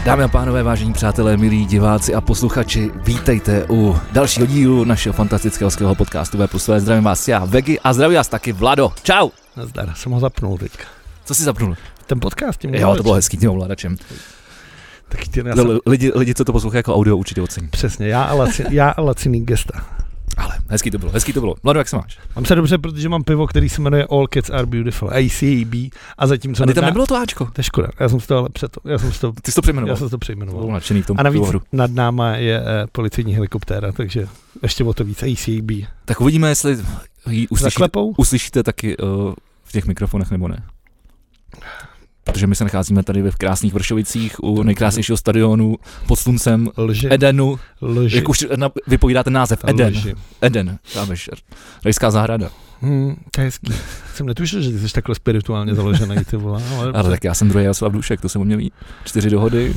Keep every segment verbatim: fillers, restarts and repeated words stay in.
Dámy a pánové, vážení přátelé, milí diváci a posluchači, vítejte u dalšího dílu našeho fantastického skvělého podcastu V plus V. Zdravím vás já, Vegy, a zdravím vás taky Vlado. Čau. Nazdar, jsem ho zapnul teďka. Co jsi zapnul? Ten podcast tím. Jo, to bylo hezký tím ovladačem. Tak ty, já jsem... lidi, lidi, co to poslouchají jako audio, určitě ocení. Přesně, já a, laci, já a laciný gesta. Ale hezký to bylo, hezký to bylo. Vlado, jak se máš? Mám se dobře, protože mám pivo, který se jmenuje All Cats Are Beautiful, A C A B, a zatímco... A ty tam nebylo to Ačko? To je škoda, já jsem si to ale přeto, já jsem si to... Ty jsi to přejmenoval? Já jsem si to přejmenoval. Nadšený v tom a navíc pivovaru. Nad náma je eh, policejní helikoptéra, takže ještě o to víc A C A B. Tak uvidíme, jestli ji uslyšíte, uslyšíte taky uh, v těch mikrofonech nebo ne. Protože my se nacházíme tady ve krásných Vršovicích u nejkrásnějšího stadionu pod sluncem Lži. Edenu. Lži. Jak už na, vypovídá ten název, Eden. Lži. Eden, chápeš, rajská zahrada. Hmm, to je hezký. Jsem netušil, že ty jsi takhle spirituálně založený, ty vole. Ale, ale tak já jsem druhý Jaroslav Dušek, to jsem o mě ví. Čtyři dohody.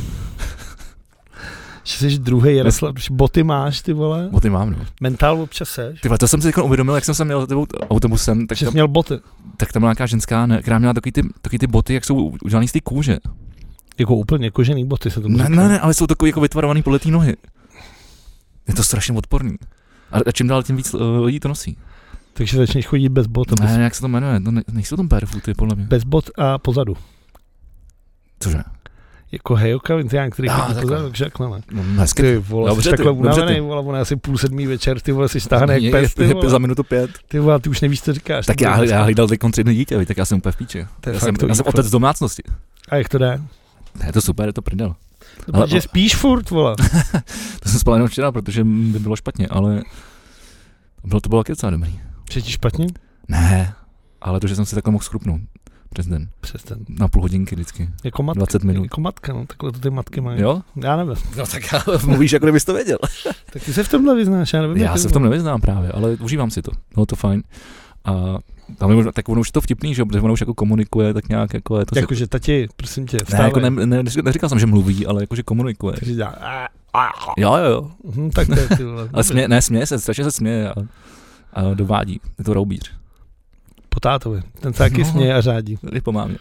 Že jsi druhý Jaroslav, boty máš, ty vole. Boty mám, no. Mentál občas seš. Ty vole, to jsem si jako uvědomil, jak jsem se měl za tebou autobusem. Tak že tam, jsi měl boty. Tak tam byla nějaká ženská, ne, která měla takový ty, takový ty boty, jak jsou udělaný z té kůže. Jako úplně kožený boty se tomu ne, říká. ne, ne, ale jsou takový jako vytvarovaný podle té nohy. Je to strašně odporný. A, a čím dál tím víc uh, lidí to nosí. Takže začneš chodit bez bot. Ne, bez... jak se to jmenuje, to ne, nejsou tam barefooty, podle mě. Bez bot a pozadu. Cože? Jako hejoka, který ah, chodí pozadu, takže takhle ne. No, hezky. Ty vole, dobře, jsi ty, takhle unavený, ty. vole, on je asi půl sedmý večer, ty vole, jsi stáhne jak pes, ty vole. Za minutu pět. Ty vole, ty už nevíš, co říkáš. Tak já, já hlídal teď jedno dítě, tak já jsem úplně v píči. Já jsem, já jsem otec z domácnosti. A jak to jde? Je to super, je to prdel. No, ale, protože spíš furt, vole. To jsem spal jenom včera, protože by bylo špatně, ale bylo to bylo docela dobrý. Je ti špatně? Ne, ale to, že jsem si takhle mohl schrupnout přes den. Přes den. Na půl hodinky vždycky. Jako matka. dvacet minut. Jako matka, no, takhle to ty matky mají. Jo? Já nevím. No tak já, mluvíš, jako kdybys to věděl. Tak ty se v tomhle vyznáš, já nevím. Já se v tom nevyznám právě, ale užívám si to. No to fajn. A tam je, tak ono už je to vtipný, že ono už jako komunikuje, tak nějak jako je to... Jako, že tati, prosím tě, vstávej. Ne, jako ne, ne, neříkal jsem, že mluví, ale jako, že komunikuje. Takže dá, jo, jo, jo. Hm, tak to je, ty vole. Ale směje, ne, směje se, strašně se směje a, a dovádí. Je to roubíř. Po tátovi. Ten se taky no, směje a řádí. Je po mámě.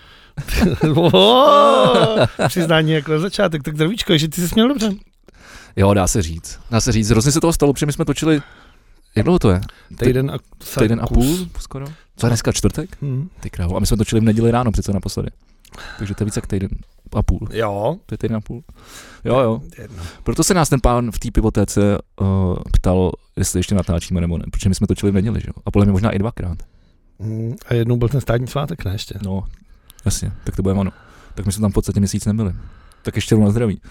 Přiznání jako na začátek, tak zdravíčko, že ty jsi směl dobře. Jo, dá se říct. Dá se říct. Hrozně se toho stalo, protože my jsme točili, jak dlouho to je? Týden a, týden a půl skoro. Co je dneska, čtvrtek? Hmm. Ty krávo. A my jsme točili v neděli ráno přece naposledy. Takže to je víc jak týden a půl. Jo. To je týden a půl. Jo, jo. Proto se nás ten pán v té pivotéce uh, ptal, jestli ještě natáčíme nebo ne, protože my jsme točili v neděli, že jo? A podle mě možná i dvakrát. Hmm. A jednou byl ten státní svátek, ne ještě? No, jasně, tak to bude ono. Tak my jsme tam v podstatě měsíc nebyli. Tak ještě na zdraví.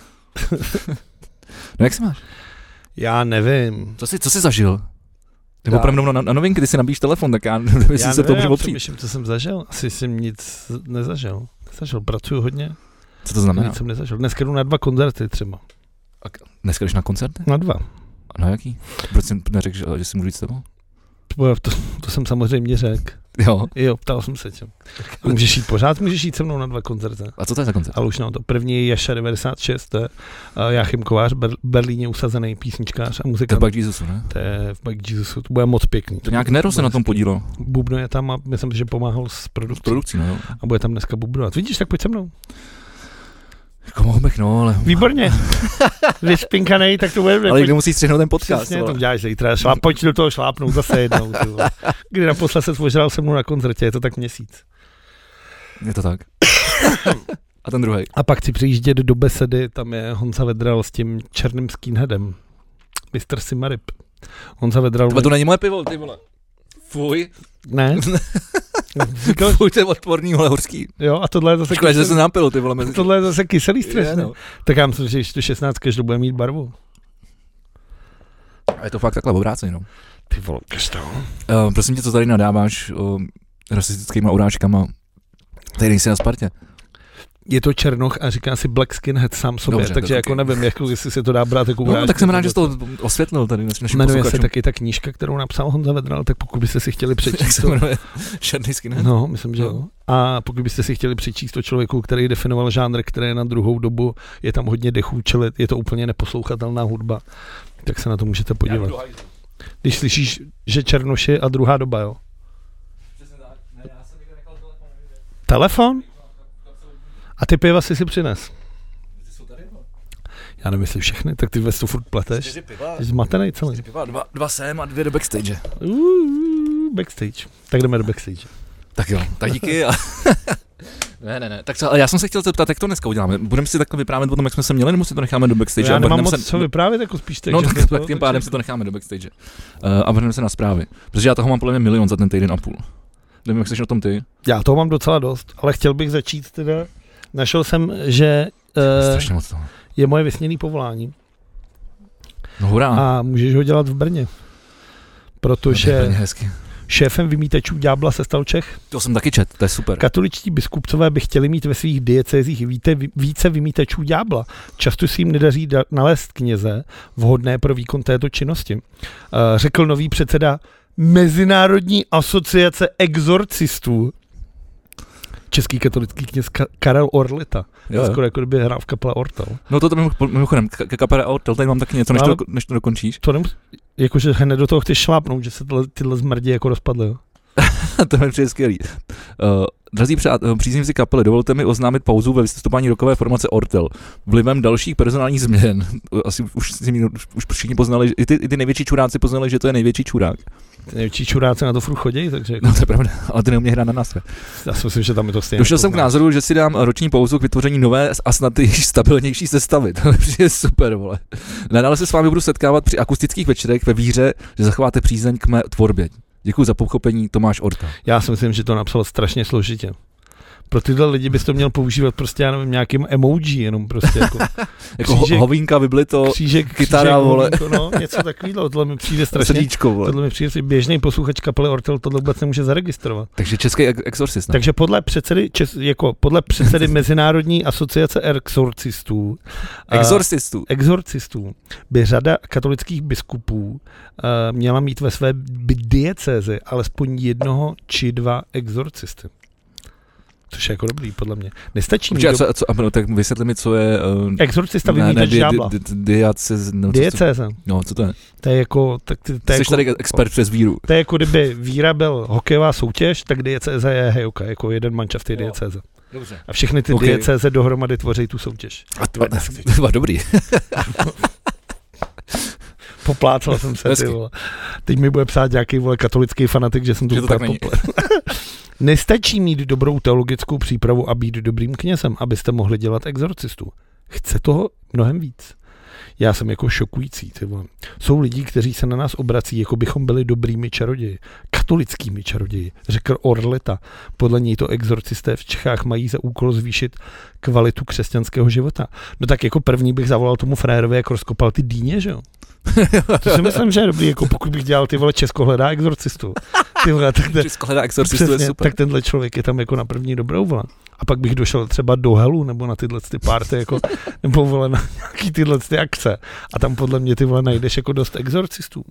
No jak se máš? Já nevím. Co jsi, co jsi zažil? Nebo opravdu na, na novinky, ty si nabíjíš telefon, tak já nevím, jestli se to může opřít. Já přemýšlím, co jsem zažil. Asi jsem nic nezažil. Nezažil, pracuju hodně. Co to znamená? Nic jsem nezažil. Dneska jdu na dva koncerty třeba. A dneska jdeš na koncerty? Na dva. A na jaký? Proč jsi neřekl, že, že si můžu jít s tebou? To, to jsem samozřejmě řekl. Jo. Jo, ptal jsem se tě. Můžeš jít pořád, můžeš jít se mnou na dva koncerty. A co to je za koncert? Ale už no, to první je Jaša devadesát šest, to je Jáchym Kovář, v Berlíně usazený písničkář a muzikant. To je Bike Jesusu, ne? To je v Bike Jesusu, to bude moc pěkný. To nějak Nero se na tom podílo. Bubno je tam a myslím, že pomáhal s produkcí. S produkcí, no jo. A bude tam dneska bubnovat. Vidíš, tak pojď se mnou. Jako mohl bych, no, ale... Výborně. Vyspinkanej, tak to bude... Ale někdo musí střihnout ten podcast. Přesně, to děláš zítra. Šláp, pojď do toho šlápnout zase jednou. Kdy naposled se požral se mnou na koncertě, je to tak měsíc. Je to tak. A ten druhý. A pak chci přijíždět do Besedy, tam je Honza Vedral s tím černým skinheadem. mister Simarip. Honza Vedral... To, to není moje pivo, ty vole. Fuj. Ne? Fuj, to je odporný, ale horský. Jo, a tohle je zase... Škoda, že se napil, ty vole. Mezi... Tohle je zase kyselý strašně. No. Tak já myslím, že ještě šestnáct každou bude mít barvu. A je to fakt takhle obrácený, no. Ty vole, každou. Uh, prosím tě, co tady nadáváš uh, rasistickýma urážkama, tady nejsi na Spartě. Je to černoch a říká si Black Skinhead sám sobě, dobře, takže jako okay. Nevím, jako, jestli se to dá brát jako urážky. No, tak jsem rád, že jsi to osvětlil tady našim jmenuje se taky ta knížka, kterou napsal Honza Vedral, tak pokud byste si chtěli přečíst. Jak se jmenuje? Černý Skinhead? No, myslím, že no. Jo. A pokud byste si chtěli přečíst to člověku, který definoval žánr, který je na druhou dobu, je tam hodně dechů, čili je to úplně neposlouchatelná hudba, tak se na to můžete podívat. Když slyšíš, že černoši a druhá doba, jo? Telefon? A ty piva si si přines. Já nevím, jestli všechny, tak ty ve to furt pleteš. Čtyři piva. Jsi zmatenej celý. Čtyři piva, dva, dva sem a dvě do backstage. Uh, backstage. Tak jdeme do backstage. Tak jo, tak díky. A ne, ne, ne. Tak co, ale já jsem se chtěl zeptat, jak to dneska uděláme. Budeme si takhle vyprávět o tom, jak jsme se měli, nebo si to necháme do backstage? Já nemám moc se... co vyprávět, jako spíš tak. No tak, tak tím pádem si to necháme do backstage. Uh, a vrhneme se na zprávy. Protože já toho mám podle mě milion za ten týden a půl. Nevím, jak jsi na tom ty. Já toho mám docela dost, ale chtěl bych začít teda. Našel jsem, že uh, moc toho. je moje vysněné povolání. No hurá. A můžeš ho dělat v Brně. Protože no, hezky. Šéfem vymítačů ďábla se stal Čech. To jsem taky čet, to je super. Katoličtí biskupcové by chtěli mít ve svých diecézích víte, více vymítačů ďábla. Často si jim nedaří da- nalézt kněze vhodné pro výkon této činnosti. Uh, řekl nový předseda Mezinárodní asociace exorcistů. Český katolický kněz Ka- Karel Orlita. Jo, skoro jako kdyby hrál v kapele Ortel. No to to mimochodem, ke kapele Ortel, tady mám taky něco, než, no, to, než to dokončíš. To nemus- jakože hned do toho chceš šlápnout, že se tyhle, tyhle zmrdí jako rozpadly. Jo? To mi přijde skvělý. Uh, drazí přát, uh, příznivci kapely, dovolte mi oznámit pauzu ve vystupování rokové formace Ortel. Vlivem dalších personálních změn, asi už, už, už všichni poznali, i ty, i ty největší čuráci poznali, že to je největší čurák. Ty největší čuráci na to furt chodí, takže... Jako... No to je pravda, ale ty neumějí hrát na nástroje. Já si myslím, že tam je to stejné. Došel jsem k názoru, že si dám roční pauzu k vytvoření nové a snad stabilnější sestavy. To mi přijde super, vole. Nadále se s vámi budu setkávat při akustických večerech ve víře, že zachováte přízeň k mé tvorbě. Děkuji za pochopení, Tomáš Orta. Já si myslím, že to napsal strašně složitě. Pro tyhle lidi bys to měl používat prostě, já nevím, nějakým emoji, jenom prostě jako... jako křížek, hovínka, vyblito, křížek, kytara, křížek, vole. Hovínko, no, něco takového, tohle mi přijde strašně... Srdíčko, vole. Tohle mi přijde, běžný posluchač kapely Ortel tohle vůbec nemůže zaregistrovat. Takže český exorcist. Ne? Takže podle předsedy, čes, jako podle předsedy Mezinárodní asociace exorcistů... Exorcistů. Uh, exorcistů by řada katolických biskupů uh, měla mít ve své diecézi alespoň jednoho či dva exorcisty. Což je jako dobrý, podle mě. Nestačí mi... Do... Co, co, no, tak vysvětli mi, co je... Uh, exorcista vymítač ďábla. Di, di, diacez, no, Diecéze. No, co to je? To je jako... Tak, to, to Jsi jako, tady expert přes víru. To je jako kdyby víra byl hokejová soutěž, tak diecéze je hejokej, jako jeden mančav té diecéze. Dobře. A všechny ty okay. diecéze dohromady tvoří tu soutěž. A to je dobrý. Poplácal jsem se, ty vole. Teď mi bude psát nějaký, vole, katolický fanatik, že jsem tu úplně popl. Nestačí mít dobrou teologickou přípravu a být dobrým knězem, abyste mohli dělat exorcistu. Chce toho mnohem víc. Já jsem jako šokující, ty vole. Jsou lidi, kteří se na nás obrací, jako bychom byli dobrými čaroději. Katolickými čaroději, řekl Orleta. Podle něj to exorcisté v Čechách mají za úkol zvýšit kvalitu křesťanského života. No tak jako první bych zavolal tomu frajerovi, jak rozkopal ty dýně, že jo? To si myslím, že je dobrý, jako pokud bych dělal ty vole Česko hledá exorcistu. Ty vole, tak ten, Česko hledá exorcistu přesně, je super. Tak tenhle člověk je tam jako na první dobrou, vole. A pak bych došel třeba do Helu, nebo na tyhle ty party, jako, nebo vole na nějaký tyhle ty akce. A tam podle mě ty vole najdeš jako dost exorcistů.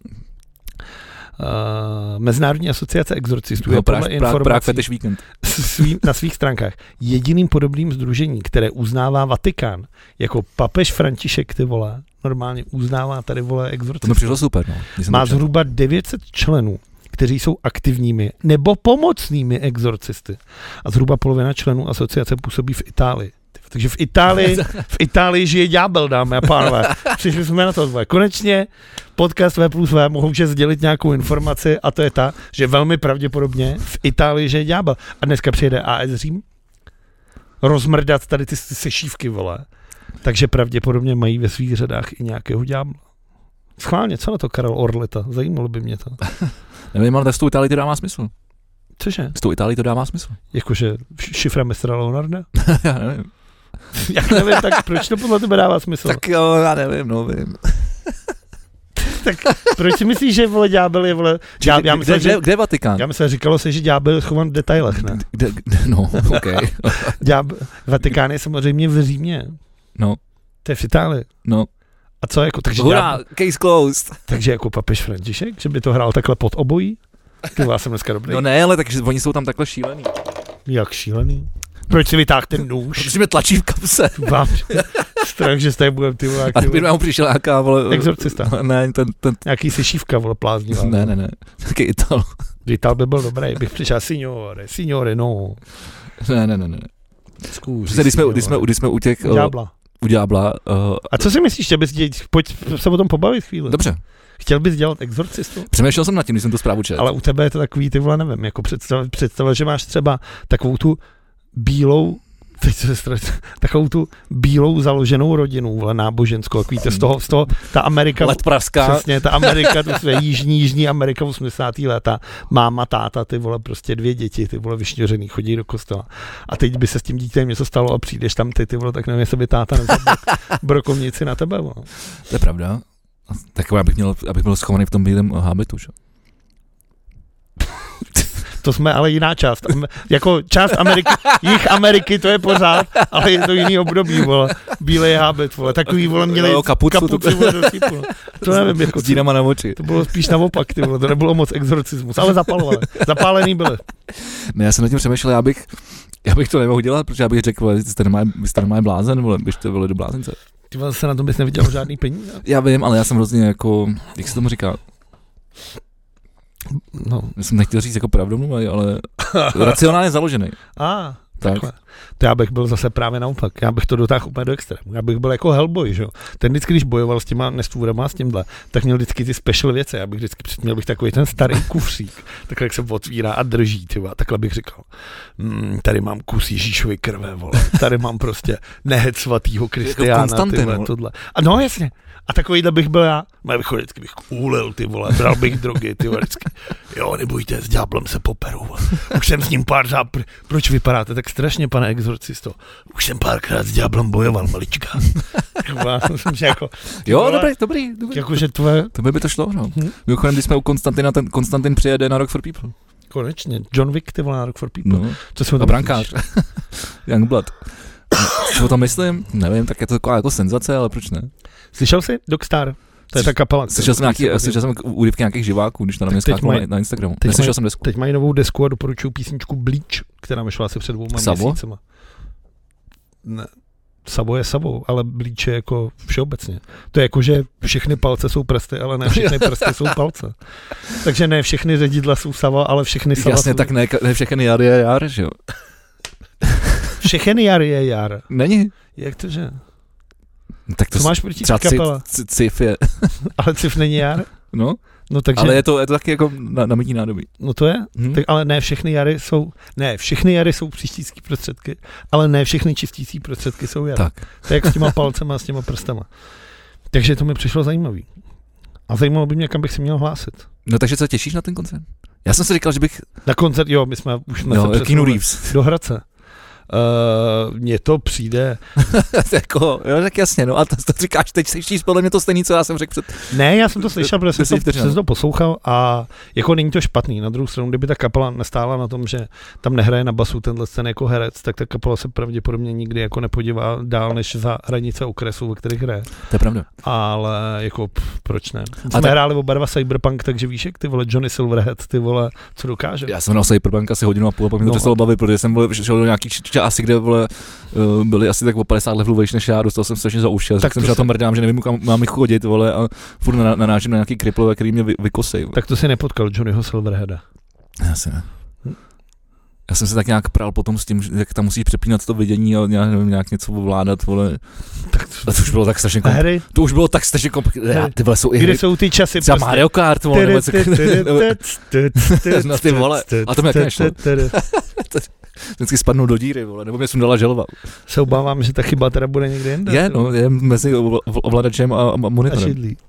Uh, Mezinárodní asociace exorcistů no, je podle informací svý, na svých stránkách jediným podobným sdružením, které uznává Vatikán, jako papež František, ty vole, normálně uznává tady, vole, exorcistů. To mi přišlo super, no. Má zhruba devět set členů, kteří jsou aktivními nebo pomocnými exorcisty. A zhruba polovina členů asociace působí v Itálii. Takže v Itálii, v Itálii žije ďábel, dámy a pánové. Přišli jsme na to dvoje. Konečně podcast V plus V mohou že sdělit nějakou informaci a to je ta, že velmi pravděpodobně v Itálii žije ďábel. A dneska přijede A S Řím rozmrdat tady ty sešívky, vole. Takže pravděpodobně mají ve svých řadách i nějakého ďábla. Schválně, co na to Karel Orleta? Zajímalo by mě to. Nevím, ale s tou Itálií to dává smysl. Cože? S tou Itálií to dává smysl. Jakože šifra mistra Leonarda? Já nevím. Já nevím, tak proč to podle tebe dává smysl? Tak jo, já nevím, no vím. Tak proč si myslíš, že vole ďábel je vole... Ďábel, já myslel, kde, že, kde je Vatikán? Já myslím, říkalo se, že ďábel je schovan v detailech, ne? Kde, kde, no, ok. Ďábel, Vatikán je samozřejmě v Římě. No. To je v Itálii. No. A co jako, takže Hurá, ďábel, case closed. Takže jako papež František, že by to hrál takhle pod obojí? Ty já jsem dneska dobrý. No ne, ale takže oni jsou tam takhle šílený. Jak šílený? Proč si vytáhl ten nůž? Protože mě tlačí v kapse. Vám strach, že z té budem ty vole. A kdyby mu přišel nějaká, vole... Exorcista. Ne, ten... ten... Nějaký sešívka, vole, pláznivá. Ne, ne, ne. Taký Ital. Ital by byl dobrý, bych přišel, signore, signore, no. Ne, ne, ne, ne. Zkůři, když jsme, když jsme, když jsme u těch... Ďábla. u ďábla. Uh, A co si myslíš, že bys dělat? Pojď se o tom pobavit chvíli. Dobře. Chtěl bys dělat exorcistu? Přemýšlel jsem nad tím, když jsem to zprávu četl. Ale u tebe je to takový, ty vole, nevím, jako představa, představa, že máš třeba takovou tu bílou, teď se straš, takovou tu bílou založenou rodinu, vole, náboženskou, jak víte, z toho, z toho, ta Amerika, Let praská. Přesně, ta Amerika, to své jižní, jižní Amerika v osmdesátých léta, máma, táta, ty vole, prostě dvě děti, ty vole, vyšňořený, chodí do kostela. A teď by se s tím dítětem něco stalo a přijdeš tam ty, ty vole, tak nevím, jestli by táta nevzal brokovnici na tebe, vole. To je pravda. Tak abych, měl, abych byl schovaný v tom bílém hábitu, že? To jsme ale jiná část. Jako část Ameriky, jich Ameriky, to je pořád, ale je to jiný období, vole. Bílej hábit, vole. Takový, vole, měli jo, kapucu, kapuci, vole, do typu. To nevím, jako... S dínama na oči. To bylo spíš naopak, ty vole. To nebylo moc exorcismus, ale zapalovali. Zapálený byli. Ne, já jsem nad tím přemýšlel, já bych, já bych to nemohl dělat, protože já bych řekl, vy jste normálně, vy jste normálně blázen, vole, byste byli do blázence. Ty vole, se na tom bys neviděl žádný peníze. Já vím, ale já jsem hrozně jako, jak se tomu říká, no. Já jsem nechtěl říct jako pravdomluvný, ale racionálně založený. A, tak. Takhle. To já bych byl zase právě naopak. Já bych to dotáhl úplně do extrému. Já bych byl jako Hellboy, že jo. Ten vždycky, když bojoval s těma nestvůrama, s tímhle, tak měl vždycky ty special věci. Já bych vždycky měl bych takový ten starý kufřík, takhle jak se otvírá a drží, tyva. Takhle bych říkal, mmm, tady mám kus Ježíšovy krve, vole. Tady mám prostě nehet svatýho Kristiána, tyhle, tohle. A no jasně. A takovýhle bych byl já. Já bych vždycky bych úlil, ty vole, bral bych drogy, ty vole, vždycky. Jo, nebojte, s ďáblem se poperu, vole. Už jsem s ním pár zápr... Proč vypadáte tak strašně, pane exorcisto? Už jsem párkrát s ďáblem bojoval, malička. Myslím, že jako... Jo, vole, dobrý, dobrý, dobrý. Jakože tvoje... To by by to šlo, no. Hm? Mimochodem, když jsme u Konstantina, ten Konstantin přijede na Rock for People. Konečně. John Wick, ty vole, na Rock for People. No. Co si o A tom brankář. Youngblood. Co o tom myslím? Nevím, tak je to taková jako senzace, ale proč ne? Slyšel jsi Dogstar? To je ta kapela. Slyšel jsem, nějaký, slyšel jsem úryvky nějakých živáků, když to na mě skákalo na Instagramu. Neslyšel jsem desku. Teď mají novou desku a doporučuju písničku Bleach, která vyšla asi před dvouma měsícema. Ne. Sabo je Sabo, ale Bleach je jako všeobecně. To je jako, že všechny palce jsou prsty, ale ne všechny prsty jsou palce. Takže ne všechny ředidla jsou Sava, ale všechny Sava Jasně, jsou... tak ne, ne všechny jar je jar, že jo? Všechny jar je jar. Není. Jak to, že? Tak to co máš proti kapela? Cif je. Ale cif není jar? No, no takže, ale je to, je to taky jako na, na mytí nádobí. No to je, hmm. tak, ale ne všechny jary jsou, ne, všechny jary jsou čistící prostředky, ale ne všechny čistící prostředky jsou jary. Tak. To je jak s těma palcema a s těma prstama. Takže to mi přišlo zajímavý. A zajímalo by mě, kam bych si měl hlásit. No takže co, těšíš na ten koncert? Já jsem si říkal, že bych... Na koncert, jo, my jsme už jsme jo, se přesunuli do Hradce. Uh, mně to přijde. jako, jo, tak jasně, no a to, to říkáš, teď slyšíš podle mě to stejný, co já jsem řekl před... Ne, já jsem to slyšel, protože jsem to, jsem to poslouchal a jako není to špatný. Na druhou stranu, kdyby ta kapela nestála na tom, že tam nehraje na basu tenhle ten jako herec, tak ta kapela se pravděpodobně nikdy jako nepodívá dál než za hranice okresů, ve kterých hraje. To je pravda. Ale jako pff, proč ne? Jsme tak... hráli oba dva Cyberpunk, takže víš, jak ty vole Johnny Silverhead, ty vole, co dokáže. Já jsem hrál Cyberpunk asi hodinu a půl, a pak mi to přestalo bavit, protože jsem vole, šel do nějaký asi, kde vole, uh, byli asi tak o padesát levelů vejš než já, dostal jsem strašně za uši, tak jsem, že na to mrdám, že nevím, kam mám chodit, vole, a furt narážím na nějaký kriplové, který mě vy, vykosej. Tak to si nepotkal Johnnyho Silverheada. Já si ne. Já jsem se tak nějak prál potom s tím, jak tam musíš přepínat to vidění a nějak, nevím, nějak něco ovládat, vole. Tak to, a to už bylo tak strašně komplikované. To už bylo tak strašně komplikované. Ty vole, jsou i hry. Kde jsou ty časy? Třeba prostě. Mario Kart, vole, nebo co. No ty vole, a to mi jak nešlo. Vždycky spadnou do díry, vole, nebo mě sundala želva. Se obávám, že ta chyba teda bude někde jinde. Je, no, je mezi ovladačem a monitorem. A šidlí.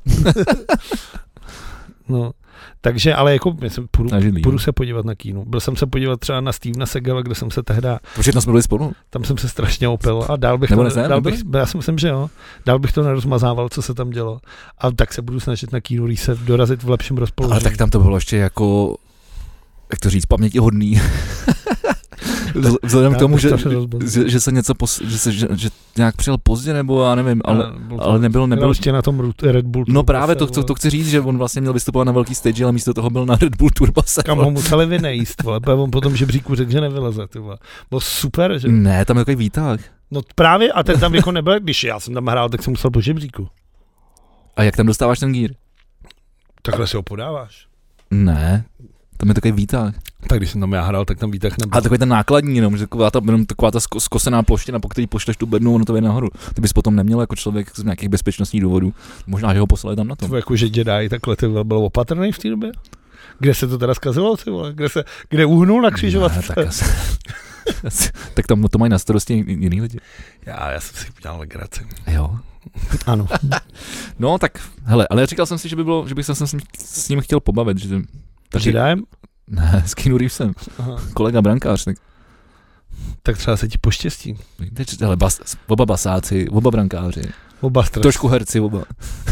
No. Takže, ale jako, myslím, půjdu, půjdu se podívat na kínu. Byl jsem se podívat třeba na Stevena Segala, kde jsem se tehda... Všechno jsme byli spolu. Tam jsem se strašně opil a dál bych nebo to... Ne, dál bych, já si myslím, že jo. Dál bych to nerozmazával, co se tam dělo. A tak se budu snažit na kínu, když se dorazit v lepším rozpoložení. Ale tak tam to bylo ještě jako... Jak to říct, pamětihodný. Vzhledem k tomu, že, že, že se něco, pos, že, se, že, že nějak přijel pozdě, nebo já nevím, ale, ale nebyl, nebyl... Ještě na tom Red Bull No právě, to, to, to chci říct, že on vlastně měl vystupovat na velký stage, ale místo toho byl na Red Bull Turbase. Kam ho museli vynejíst, vole, on potom žebříku řekl, že nevyleze, ty vole. Bylo super, že? Ne, tam je takový výtah. No právě, a ten tam jako nebyl, když já jsem tam hrál, tak jsem musel po žebříku. A jak tam dostáváš ten gír? Takhle si ho podáváš. Ne. Tam je takový výtah. Tak když jsem tam já hrál, tak tam výtah nebyl. A takový ten nákladní, jenom, že taková ta, jenom taková ta skosená ploština, po který pošleš tu bednu, ono to je nahoru. Ty bys potom neměl jako člověk z nějakých bezpečnostních důvodů. Možná, že ho poslali tam na to. To jako, že Jedi takhle ty byl opatrný v té době? Kde se to teda zkazilo, ty vole? Kde se, kde uhnul na křižovatce? Tak, asi, asi, tak tam to mají na starosti jiný lidi. Já, já jsem si udělal legraci. Jo. Ano. No tak, hele, ale říkal jsem si, že by bylo, že bych se s ním, s ním chtěl pobavit. Že taky, Jedem? Ne, s Keanu Reevesem. Aha. Kolega brankář. Tak. tak třeba se ti poštěstí. Hele, bas, oba basáci, oba brankáři. Oba stres. Trošku herci, oba.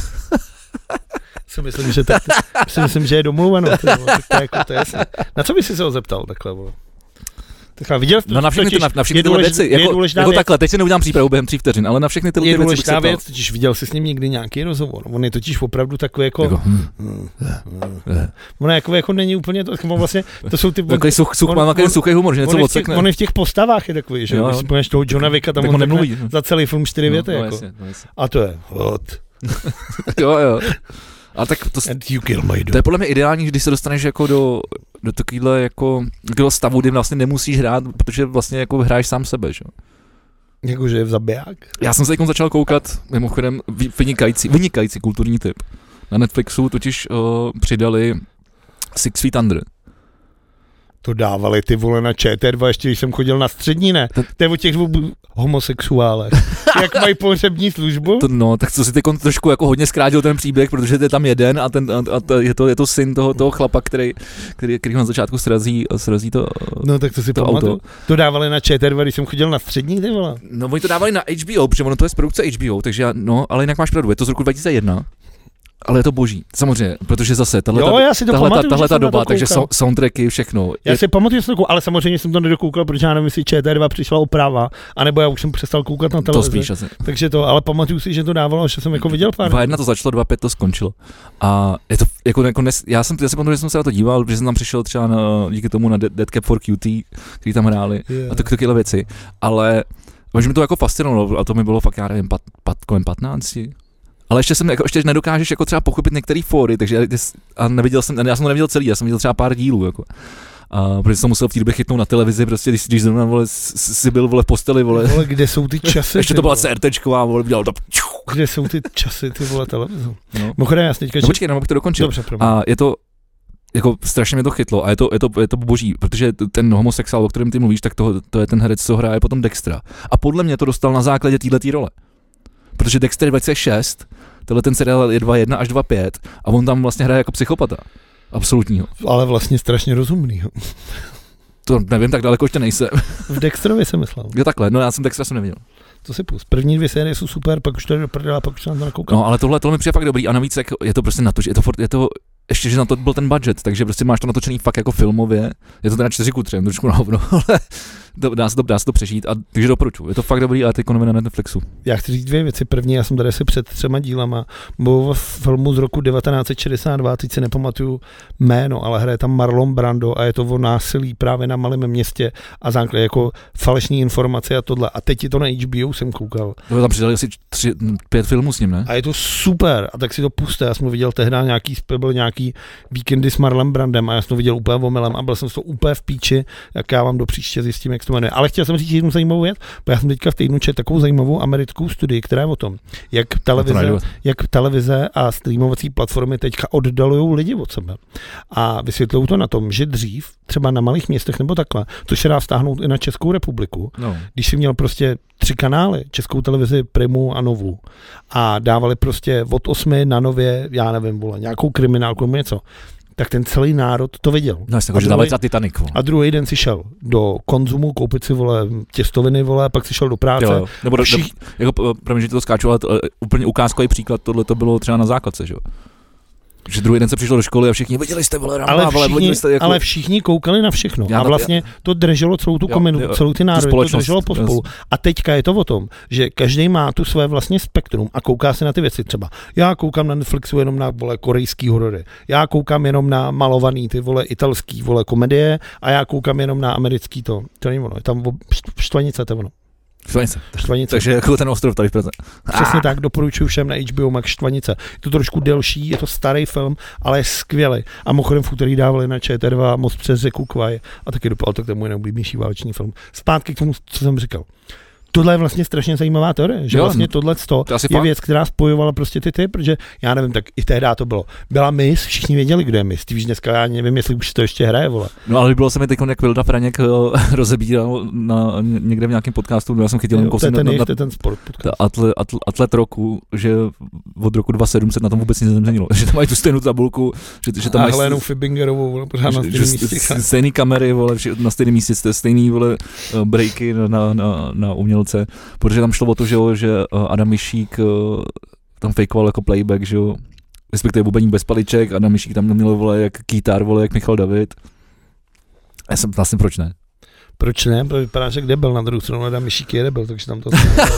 si myslím, že, tak, si myslím, že je domluveno. Tak to je, jako, to je jasný. Na co bys si se ho zeptal takhle? Vole? Takhle, viděl jsi, no na všechny, ty, na, na všechny tyhle věci, jako, jako takhle, teď si neudělám přípravu během tří vteřin, ale na všechny tyhle věci. Je důležitá věc, totiž viděl jsi s ním někdy nějaký rozhovor, on je totiž opravdu takový jako, jako hm, hm, hm, hm. on jako, jako není úplně, to, jako vlastně, to jsou ty... Takový such, such, on, on, suchý humor, že něco odsekne. On je v těch postavách je takový, že jo, když si pověš toho Johna Wicka, tam on nemluví za celý film čtyři věty, jako. A to je hot. Jo, jo. A tak to, to je podle mě ideální, když se dostaneš jako do, do takovýhle jako do stavu, kdy vlastně nemusíš hrát, protože vlastně jako hráš sám sebe, že? Jakože je v zabiják? Já jsem se teď začal koukat, mimochodem, vynikající, vynikající kulturní tip. Na Netflixu totiž uh, přidali Six Feet Under. To dávali ty vole na Č T dva, ještě když jsem chodil na střední, ne? To je o těch dvou homosexuálech. Jak mají pohřební službu? To, no, tak co si teď trošku jako hodně zkrátil ten příběh, protože to je tam jeden a, ten, a, a to, je, to, je to syn toho, toho chlapa, který, který, který na začátku srazí, srazí to No tak to si to pamatuju. To dávali na Č T dva, když jsem chodil na střední, ty vole. No oni to dávali na H B O, protože ono to je z produkce H B O, takže já, no, ale jinak máš pravdu, je to z roku dva tisíce jedna. Ale je to boží, samozřejmě, protože zase tahle ta doba, takže so, soundtracky, všechno. Já je... si pamatuju, že jsem to koukal, ale samozřejmě jsem to nedokoukal, protože já nevím, jestli Č T dva přišla oprava, anebo já už jsem přestal koukat na televizi. To spíš asi. Takže to, ale pamatuju si, že to dávalo, že jsem jako viděl pár. dva jedna to začalo, dva pět to skončilo. A je to jako, jako nes, já jsem, já si pamatuju, že jsem se na to díval, protože jsem tam přišel třeba na, díky tomu na Dead Cab for Cutie, který tam hráli yeah. a tak takové věci, ale že mi to jako fascinovalo a to mi bylo fakt, já nevím, pat, pat, kolem patnácti. Ale ještě jsem jako, ještě nedokážeš jako třeba pochopit některé fóry, takže a neviděl jsem, já jsem to neviděl celý, já jsem viděl třeba pár dílů jako. A protože jsem musel v té době chytnout na televizi, prostě když, když zrovna vole, si byl vole v posteli, vole. Vole, kde jsou ty časy? Ještě to byla CRTčková, vole, viděl to. Kde jsou ty časy, ty vole televize? No. Mimochodem, já teďka... No počkej, no, abych to dokončil. Dobře, a je to, jako strašně mě to chytlo a je to, je to, je to boží, protože ten homosexuál, o kterém ty mluvíš, tak to, to je ten herec, co hraje potom Dextera. A podle mě to dostal na základě této role. Protože Dexter dvacet šest, tenhle ten seriál je dva jedna až dva pět a on tam vlastně hraje jako psychopata. Absolutního. Ale vlastně strašně rozumnýho. To nevím, tak daleko ještě nejsem. V Dexterovi jsem myslel. Jo takhle, no já jsem Dextera jsem neviděl. To si pust. První dvě série jsou super, pak už to je do prdela, pak už se na to nakoukám. No ale tohle, tohle mi přijde fakt dobrý a navíc jak je to prostě na to, že je to, fort, je to ještě, že na to byl ten budget, takže prostě máš to natočený fakt jako filmově, je to teda čtyři ku třem, trošku na hovno, ale dá se to, dá se to přežít a takže doporučuji, je to fakt dobrý a ty noviny na Netflixu. Já chci říct dvě věci, první, já jsem tady asi před třema dílama, byl v filmu z roku devatenáct set šedesát dva, teď si nepamatuju jméno, ale hraje tam Marlon Brando a je to o násilí právě na malém městě a základ jako falešní informace a tohle a teď je to na H B O jsem koukal. No, tam přidali asi tři, pět filmů s ním, ne? A je to super a tak si to puste, já jsem viděl tehdy nějaký, byl nějaký víkendy s Marlem Brandem a já jsem to viděl úplně omylem a byl jsem to úplně v píči, jak já vám do příště zjistím, jak to jmenuje. Ale chtěl jsem říct jednu zajímavou věc, protože já jsem teďka v týdnu četl takovou zajímavou americkou studii, která je o tom, jak televize, jak televize a streamovací platformy teďka oddalují lidi od sebe. A vysvětlují to na tom, že dřív, třeba na malých městech nebo takhle, což se dá stáhnout i na Českou republiku, no. Když jsi měl prostě tři kanály, Českou televizi, Primu a Novu a dávali prostě od osmi na Nově, já nevím, vole, nějakou kriminálku nebo něco, tak ten celý národ to viděl. No, a, druhý, Titanic, a druhý den si šel do konzumu, koupit si, vole, těstoviny, vole, pak si šel do práce. Jo, jo. Nebo do, všich... do, jako, promiň, že to skáču, ale to, úplně ukázkový příklad, tohle to bylo třeba na základce, že jo? Že druhý den se přišlo do školy a všichni viděli jste, vole, Ramba, ale všichni, vole, jste jako... ale všichni koukali na všechno. Já, a vlastně já, to drželo celou tu kominu, jo, jo, celou ty národy, to drželo pospolu. A teďka je to o tom, že každý má tu své vlastně spektrum a kouká se na ty věci třeba. Já koukám na Netflixu jenom na, vole, korejský horory. Já koukám jenom na malovaný ty, vole, italský, vole, komedie a já koukám jenom na americký to. To není ono, je tam štvanice, to ono. Štvanice. Štvanice. Takže jako ten ostrov tady v Praze. Přesně tak, doporučuji všem na H B O Max Štvanice. Je to trošku delší, je to starý film, ale je skvělý. A mimochodem v úterý dávali na Č T dva Most přes řeku Kvaj a taky dopadl, tak to je můj nejoblíbenější váleční film. Zpátky k tomu, co jsem říkal. Tohle je vlastně strašně zajímavá teorie, že jo, vlastně tohle to je fakt věc, která spojovala prostě ty ty, protože já nevím, tak i tehdy to bylo. Byla Miss, všichni věděli, kdo je Miss. Ty víš, dneska já nevím, jestli už to ještě hraje, vole. No ale bylo se mi teď, jak Vilda Franěk rozebíral na, někde v nějakém podcastu, já jsem chytil jo, kousek ten, na, na, na, na ten sport podcast. Atlet, atlet, atlet roku, že od roku dva tisíce sedm se na tom vůbec nic nezměnilo, že tam mají tu stejnou tabulku, že, že tam mají Helenu Fibingerovou, vole, pořád na stejném místě. Stejný kamery, vole, na stejném místě, stejný, vole, breaky na, na, na umělce, protože tam šlo o to, že, že Adam Mišík tam fejkoval jako playback, že jo, respektive bubeník bez paliček, Adam Mišík tam neměl, vole, jak kytar, vole, jak Michal David. Já jsem vlastně, proč ne? Proč ne? To vypadá, že debil, na druhou stranu Adam Mišík je debil, takže tam to...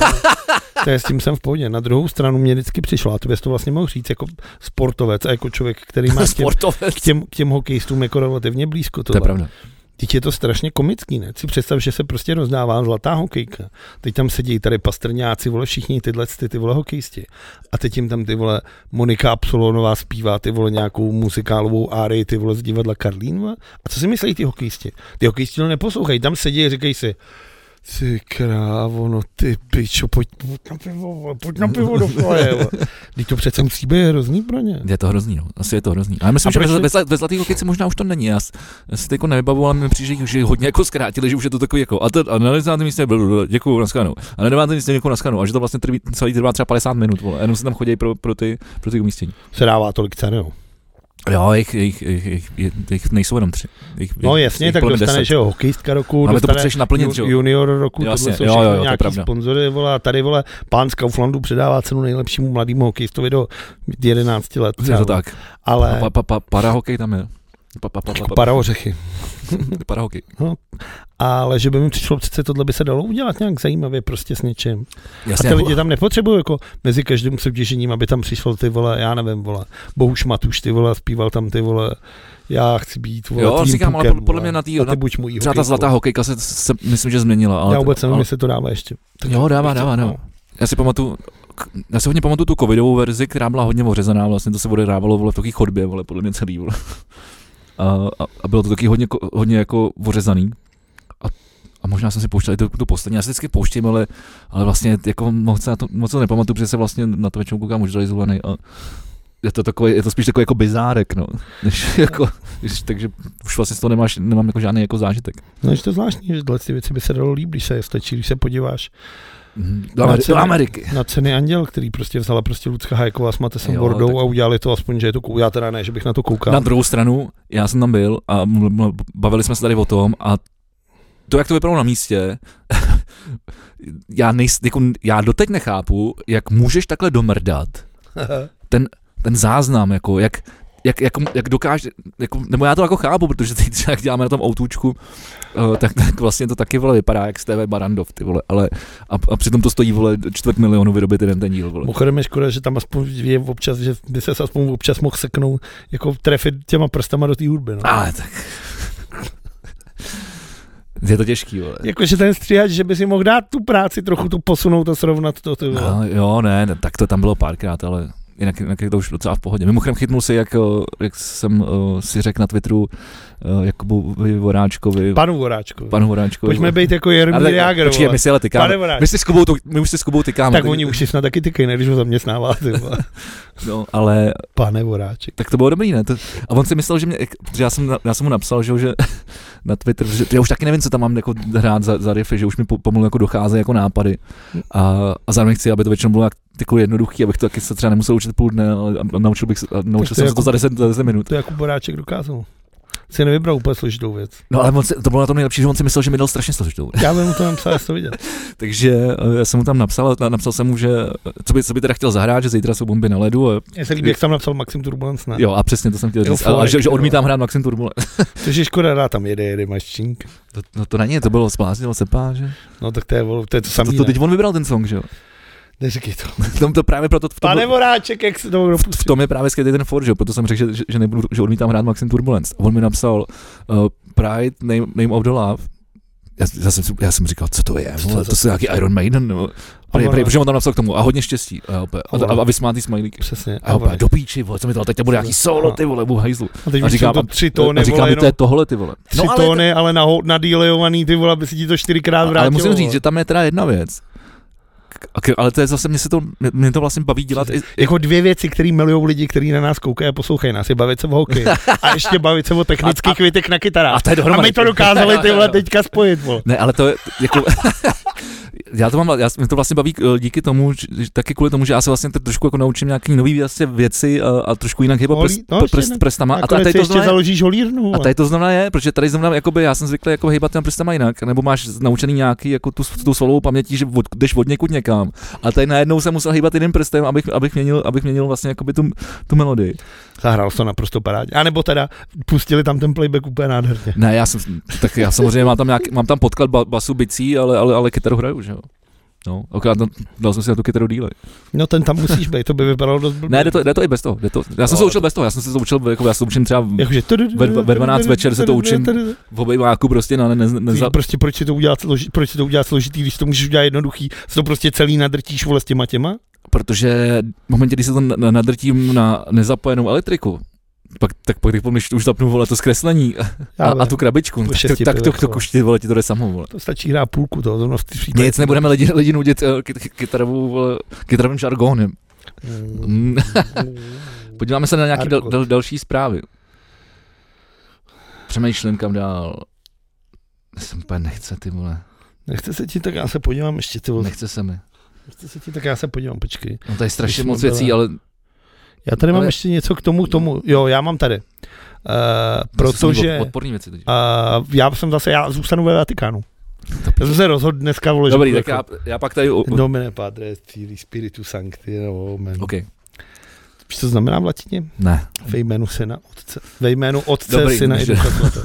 To je, s tím jsem v pohodě. Na druhou stranu mě vždycky přišlo, a to bys to vlastně mohl říct, jako sportovec a jako člověk, který má k těm, k těm, k těm hokejistům jako relativně blízko. To je pravda. Teď je to strašně komický, ne? Si představ, že se prostě rozdává zlatá hokejka. Teď tam sedí tady Pastrňáci, vole, všichni tyhle ty, ty vole hokejisti. A teď jim tam ty vole Monika Absolonová zpívá ty vole nějakou muzikálovou árii, ty vole z divadla Karlín. Vole. A co si myslí ty hokejisti? Ty hokejisti to neposlouchají, tam sedí a říkají si, ty krávo, no ty pičo, pojď, pojď na pivo, pojď na pivo do foje. Teď to přece musí být hrozný pro ně. Je to hrozný, no. Asi je to hrozný. Ale myslím, že ve, ve, ve zlatý hokejce možná už to není. Já, já si to jako nevybavu, ale mi přijde, že hodně jako zkrátili, že už je to takový jako, a, to, a na desátém místě děkuju na skanu. A na devátém místě děkuju na skanu. A že to vlastně trví, celý trvá třeba padesát minut, vole. A jenom se tam chodí pro, pro, ty, pro ty umístění. Se dává tolik cen, jo. Jo, jich, jich, jich, jich, jich nejsou jenom tři. Jich, no jasně, jich tak dostaneš, že jo, hokejistka roku, ale to potřebuješ naplnit, že jo. Junior roku, jo, tohle jsou jo, jo, jo, nějaký sponzory, vole, a tady, vole, pán z Kauflandu předává cenu nejlepšímu mladému hokejistovi do jedenácti let. Je to tak. Ale... Pa, pa, pa, parahokej tam je. Pa, pa, pa, pa, pa. Paraořechy. Parahokej. No, ale že by mi přišlo přece tohle by se dalo udělat nějak zajímavě prostě s něčím. Jasně, a ty lidi tam nepotřebují jako mezi každým soutěžením, aby tam přišlo ty vole, já nevím, vole, Bohuš Matuš, ty vole, zpíval tam ty vole, já chci být, vole, jo, říkám, ale podle, podle mě na tý, na, třeba ta zlatá hokejka se, se, myslím, že změnila. Ale já vůbec nevím, ale... jestli to dává ještě. Tak jo, dává, dává, no. Já si pamatuju, já si hodně pamatuju tu covidovou verzi, která byla hodně ořezaná, vlastně to se odehrávalo, vole, v takové chodbě, vole, podle mě celý, vole. A, a, a bylo to taky hodně, hodně jako ořezaný. A, a možná jsem si pouštěl i tu, tu poslední. Já si vždycky pouštím, ale, ale vlastně jako moc se na to, moc to nepamatuju, protože se vlastně na to většinou koukám už realizovaný. A je to, takový, je to spíš takový jako bizárek, no. Než jako, takže už vlastně z toho nemáš, nemám jako žádný jako zážitek. No, je to zvláštní, že tyhle ty věci by se dalo líbit, když se stačí, když se podíváš do, na ceny, do Ameriky. Na Ceny Anděl, který prostě vzala prostě Lucka Hajková s Matesem Bordou tak... a udělali to aspoň, že je to, já teda ne, že bych na to koukal. Na druhou stranu, já jsem tam byl a bavili jsme se tady o tom a to, jak to vypadalo na místě, já, nejs, jako, já doteď nechápu, jak můžeš takhle domrdat ten, ten záznam, jako jak, jak, jak, jak dokáže, jako, nebo já to jako chápu, protože teď třeba jak děláme na tom autůčku, uh, tak, tak vlastně to taky, vole, vypadá jak z T V Barandov, ty vole, ale a, a přitom to stojí, vole, čtvrt milionu vyrobit jeden ten díl, vole. Mochodem je škoda, že tam aspoň je občas, že by se aspoň občas mohl seknout, jako trefit těma prstama do té hudby, no. Ale tak... Je to těžký, vole. Jakože ten stříhač, že by si mohl dát tu práci, trochu to posunout a srovnat to, ty vole. No, jo, ne, tak to tam bylo párkrát, ale... Jinak, jinak je to už docela v pohodě. Mimochodem chytnul si, jak, jak jsem uh, si řekl na Twitteru uh, Jakubovi Voráčkovi. Panu Voráčkovi. Panu Voráčkovi. Pojďme být jako Jaromír Jágr. Počkej, my si ale tykáme. My, si s Kubou, my už si s Kubou tykáme. Tak oni už si snad taky tykají, ne, když ho zaměstnává. No, ale... Pane Voráček. Tak to bylo dobrý, ne? To, a on si myslel, že mě, že já jsem, já jsem mu napsal, že, že na Twitter, že já už taky nevím, co tam mám jako hrát za, za riffy, že už mi pomalu jako docházejí jako nápady. A, a zároveň chci, aby to většinou bylo jako jednoduchý, abych to taky se třeba nemusel učit půl dne, ale naučil, bych, naučil jsem se to za deset minut. To jako Voráček dokázal. Si nevybral úplně složitou věc. No ale on si, to bylo na tom nejlepší, že on si myslel, že mi dal strašně složitou. Já bych mu to napsal, já to viděl. Takže já jsem mu tam napsal, napsal jsem mu, že co by, co by teda chtěl zahrát, že zítra jsou bomby na ledu. A... Já se líbí, jak jsem napsal Maxim Turbulence, ne? Jo, a přesně to jsem chtěl říct, ale že, že odmítám hrát Maxim Turbulence. Což je škoda, dá tam jede, jede maščink. To, no to není, to bylo Spláznilo sepá, že? No tak to je, to, je to samý, to, to teď on vybral ten song, že jo? Neříkej to. Tom to právě proto... V tom, Pane Voráček, jak se to v tom je právě skvělý ten for, že? Proto jsem řekl, že, že, nebudu, že odmítám hrát Maxim Turbulence. On mi napsal uh, Pride, name, name of the Love. Já, já, jsem, já jsem říkal, co to je, Co vole, to to jsou nějaký Iron Maiden, nebo... Prej, prej, protože on tam napsal k tomu a hodně štěstí. A, opět, a, a, a vysmátý smajlíky. Přesně. A opět, do píči, vole, co mi to, teď to bude nějaký solo, ty vole, budu hajzlu. A teď a říkám, to tři tóny, a říkám, vole, to je tohle, ty vole. Tři no, tóny, ale nadýlejovaný, ty vole, aby si ti to čtyřikrát vrátilo. Ale musím říct, že tam je teda jedna věc. Ale to je zase, mě se to, mě to vlastně baví dělat. I, jako dvě věci, které milujou lidi, kteří na nás koukají a poslouchají nás, je bavit se o hokeji a ještě bavit se o technických větech na kytarách. A, a, a my to dokázali ty vole teďka spojit. Vole. Ne, ale to je jako... já to mám, já, mě to vlastně baví díky tomu, že, taky kvůli tomu, že já se vlastně trošku jako naučím nějaký nový vlastně věci a, a trošku jinak hýbat prst, no, prst, prstama. A, a tady to ještě znamená, založíš holírnu. A tady to znamená je, protože tady znamená, jakoby, já jsem zvyklý jako hýbat těm prstama jinak, nebo máš naučený nějaký jako tu, tu svalovou pamětí, že od, jdeš od někud někam. A tady najednou jsem musel hýbat jiným prstem, abych, abych, měnil, abych měnil vlastně jakoby tu, tu melodii. Zahrál to naprosto parádně. A nebo teda pustili tam ten playback úplně nádherně. Ne, já jsem, tak já samozřejmě mám tam, nějaký, mám tam podklad basu, bicí, ale, ale, ale kytaru hraju, že jo. No, akorát dal jsem si na tu kytaru díly. No ten tam musíš být, to by vypadalo dost blbě. Ne, jde to, jde to i bez toho. Jde to. Já jsem no, se učil bez toho, já jsem se to učil, jako já se to učím třeba jakože, ve, ve dvanáct večer se to učím v obejváku prostě na ne, ne, ne, prostě proč si to udělat, proč si to udělat složitý, když to můžeš udělat jednoduchý, si to prostě celý nadrtíš vole s těma těma? Protože v momentě, kdy se to nadrtím na nezapojenou elektriku, pak, tak pak když už zapnu, vole, to zkreslení a, a tu krabičku, tak, tak, tak to, to kušti, vole, ti to jde samo, vole. To stačí hrát půlku toho, zrovna v té případě. Nic, nebudeme lidi, lidi nudit uh, kytarovou, kytarovým žargónem. Mm. Podíváme se na nějaké dal, dal, další zprávy. Přemýšlím, kam dál. Jsem úplně nechce, ty vole. Nechce se ti, tak já se podívám ještě, ty vole. Nechce se mi. Nechce se ti, tak já se podívám, počkej. No tady je strašně moc věcí, ale... Já tady ale... mám ještě něco k tomu, k tomu, jo, já mám tady. Uh, protože odporný věci teď. Uh, já jsem zase, já zůstanu ve Vatikánu. Já jsem se rozhodl dneska, vole, dobrý, tak já, já pak tady... Domine Padre, Filii Spiritu Sancti, no, amen. Okay. Víš, co znamená v latině? Ne. Ve jménu syna, otce. Ve jménu otce, dobrý, syna i ducha svatého.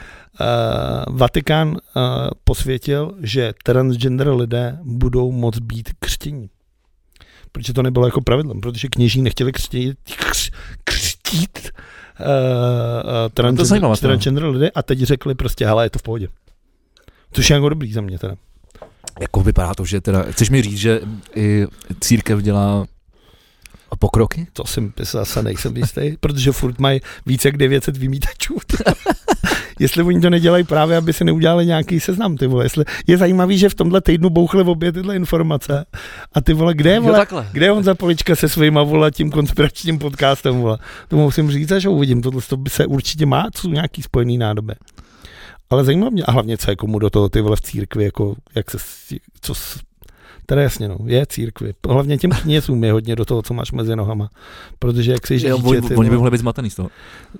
Uh, Vatikán uh, posvětil, že transgender lidé budou moct být křtění. Protože to nebylo jako pravidlem, protože kněží nechtěli křtít, kř, křtít uh, uh, transgender, no transgender lidé a teď řekli prostě, hele, je to v pohodě. Což je jako dobrý za mě teda. Jako vypadá to, že teda, chceš mi říct, že i církev dělá pokroky? To si zase nejsem jistý, protože furt mají více jak devět set vymítačů. Jestli oni to nedělají právě, aby si neudělali nějaký seznam, ty vole. Jestli je zajímavý, že v tomhle týdnu bouchly obě tyhle informace a ty vole, kde je, vole, kde je on za polička se svýma, vole, tím konspiračním podcastem, vole. To musím říct, že uvidím, tohle to by se určitě má, co jsou nějaký spojený nádoby. Ale zajímá mě, a hlavně co je komu do toho, ty vole, v církvi, jako, jak se, co, teda jasně, no, je církvi. Hlavně těm knězům je hodně do toho, co máš mezi nohama. Protože jak se dítě, ty, oni by mohli být zmatený z toho.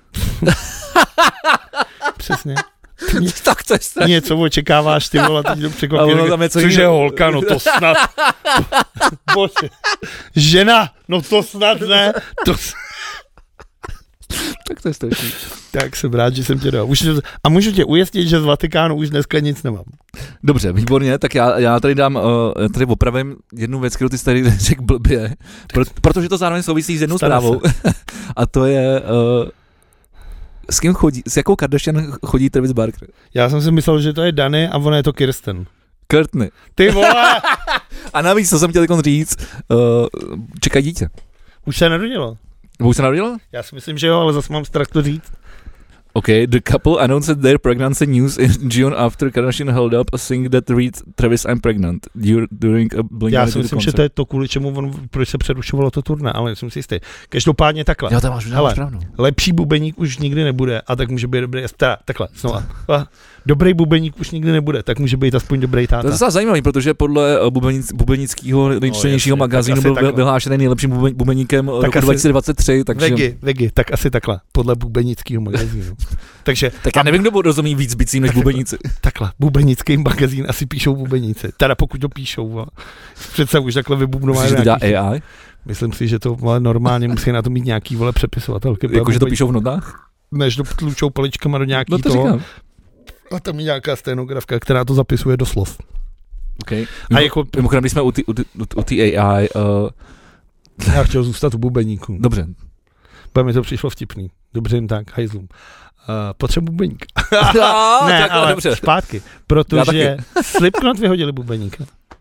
Přesně. Ně, tak to je strašný. Něco očekáváš, ty vole, teď to překvapí. Což je holka, no to snad. Bože. Žena, no to snad ne. To s... Tak to je strašný. Tak jsem rád, že jsem tě dal. Už, a můžu tě ujistit, že z Vatikánu už dneska nic nemám. Dobře, výborně, tak já, já tady dám, uh, tady opravím jednu věc, kterou ty jsi tady řekl blbě, pro, protože to zároveň souvisí s jednou zprávou. A to je... Uh, s kým chodí, s jakou Kardashian chodí Travis Barker? Já jsem si myslel, že to je Dany a ona je to Kirsten. Courtney. Ty vole! A navíc, co jsem chtěl říct, uh, čeká dítě. Už se narodilo. Už se narodilo? Já si myslím, že jo, ale zase mám strach to říct. Okay, the couple announced their pregnancy news in June after Kardashian held up a thing that read Travis, I'm pregnant during a Blink Já si myslím, že to je to, kvůli čemu on, proč se přerušovalo to turné, ale jsem si jistý. Každopádně takhle. Jo, to máš, hele, lepší bubeník už nikdy nebude a tak může být dobrý, teda, takhle, znova. Dobrý bubeník už nikdy nebude, tak může být aspoň dobrý táta. To je zase zajímavý, protože podle bubenic, bubenického nejčtenějšího no, magazínu byl takhle vyhlášený nejlepším bubeníkem tak roku asi, dva tisíce dvacet tři. Takže... Vegi, Vegi, tak asi takhle, podle bubenického magazínu. Takže, tak já nevím, kdo rozumí víc bicím než bubeníci. Takhle, bubenický magazín asi píšou bubeníci. Teda pokud to píšou. Přece už takhle vybubnová. Myslíš, že to dělá A I? Myslím si, že to normálně musí na to mít nějaký vole přepisovatelky. Jakože to píšou v notách? Než to tlučou paličkama do nějaký no to toho. Říkám. A tam je nějaká stenografka, která to zapisuje do slov. Okay. A jako... Mimochodem, když jsme u té A I... Uh... Já chtěl zůstat u bubeníků. Dobře. Úplně mi to přišlo vtipný. Dobře jim tak, hajzlům. Uh, potřebuji bubeník. No, ne, tak ale dobře. zpátky. Protože Slipknot vyhodili bubeníka.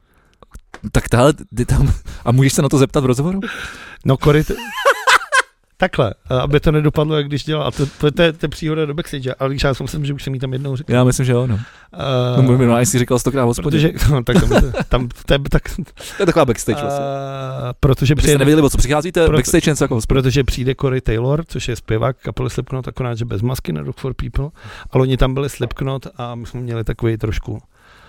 Tak tahle, ty tam, a můžeš se na to zeptat v rozhovoru? No Cory, t- takhle, aby to nedopadlo, jak když dělal. A to, to, to, je, to je příhoda do backstage, ale když já si myslím, že už jsem jí tam jednou řekl. Já myslím, že jo, no. Uh, no můj minulý jsi říkal stokrát v hospodě. Protože, no, tak tam, tam to je, tak, to je taková backstage vlastně. Uh, protože Vy jste přijde, nevěděli, o co přicházíte? Proto, backstage něco jako hospodě. Protože přijde Corey Taylor, což je zpěvák kapely Slipknot, akorát, že bez masky na Rock for People, ale oni tam byli Slipknot a my jsme měli takový trošku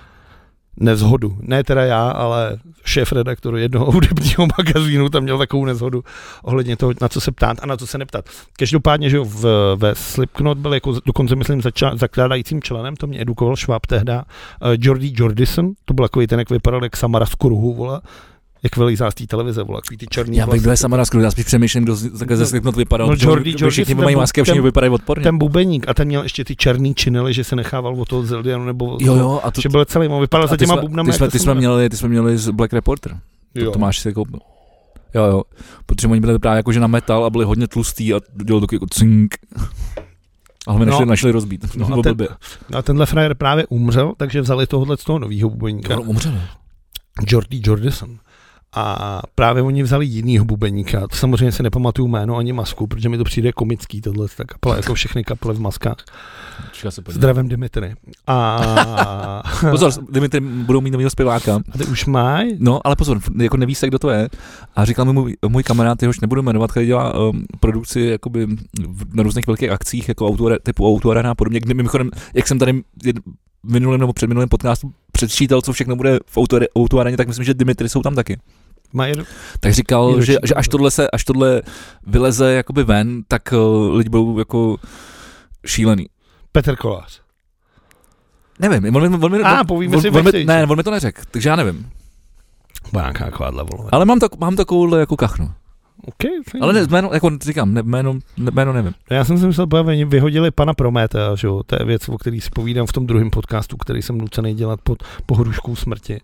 nezhodu. Ne teda já, ale šéf-redaktor jednoho hudebního magazínu tam měl takovou nezhodu ohledně toho, na co se ptát a na co se neptat. Každopádně, že jo, v, ve Slipknot byl jako dokonce, myslím, zača, zakládajícím členem, to mě edukoval Šváb tehda, uh, Jordy Jordison, to byl takový ten, jak vypadal jak Samara z kruhu, vole, jak vylejzá z té televize, vole, takový ty černý. Já bych kdo je Samara z kruhu, já spíš přemýšlím, kdo ze Slipknot vypadal. No, Jordy, Jordy, všichni mají masky a všichni vypadají odporně. Ten bubeník a ten měl ještě ty černý činely, že se nechával od toho Zeldianu, nebo jo, jo, a to, že byl celý, vypadal za těma jsme, bubnami. Ty jsme, ty jsme měli, ty jsme měli z Black Reporter. To, to máš si koupil. Jo, jo, protože oni byli právě jakože na metal a byli hodně tlustý a dělali takový jako cink. Ale my no, našli, našli rozbít. No, a, ten, a tenhle frajer právě umřel, takže vzali tohohle z toho novýho bubeníka. No, umřel. Jordy Jordison. A právě oni vzali jinýho bubeníka, to samozřejmě si nepamatuju jméno ani masku, protože mi to přijde komický, tohle ta kapela, jako všechny kapely v maskách. Zdravím Dimitry. A... Pozor, Dimitry budou mít novýho zpěváka. A ty už mají? No, ale pozor, jako neví se, kdo to je. A říkal mi můj, můj kamarád, jehož nebudu jmenovat, který dělá um, produkci jakoby na různých velkých akcích, jako auto, typu Autoarena a podobně. Mimochodem, jak jsem tady v minulém nebo předminulém podcastu předčítal, co všechno bude v Autoareně, tak myslím, že Dimitry jsou tam taky. Mají, tak říkal, že, že až, tohle se, až tohle vyleze jakoby ven, tak uh, lidi budou jako šílený. Petr Kolář. Nevím, on, on, on, A, on, povíme on, si on, on, ne, on mi to neřekl, takže já nevím. Báňka kvádla, vole. Ale mám, tak, mám takovouhle jako kachnu. Okay, ale ne, jméno, jako říkám, ne, jméno, ne, jméno nevím. Já jsem si myslel, že vyhodili pana Prométea, že jo, to je věc, o který si povídám v tom druhém podcastu, který jsem nucený dělat pod pohruškou smrti.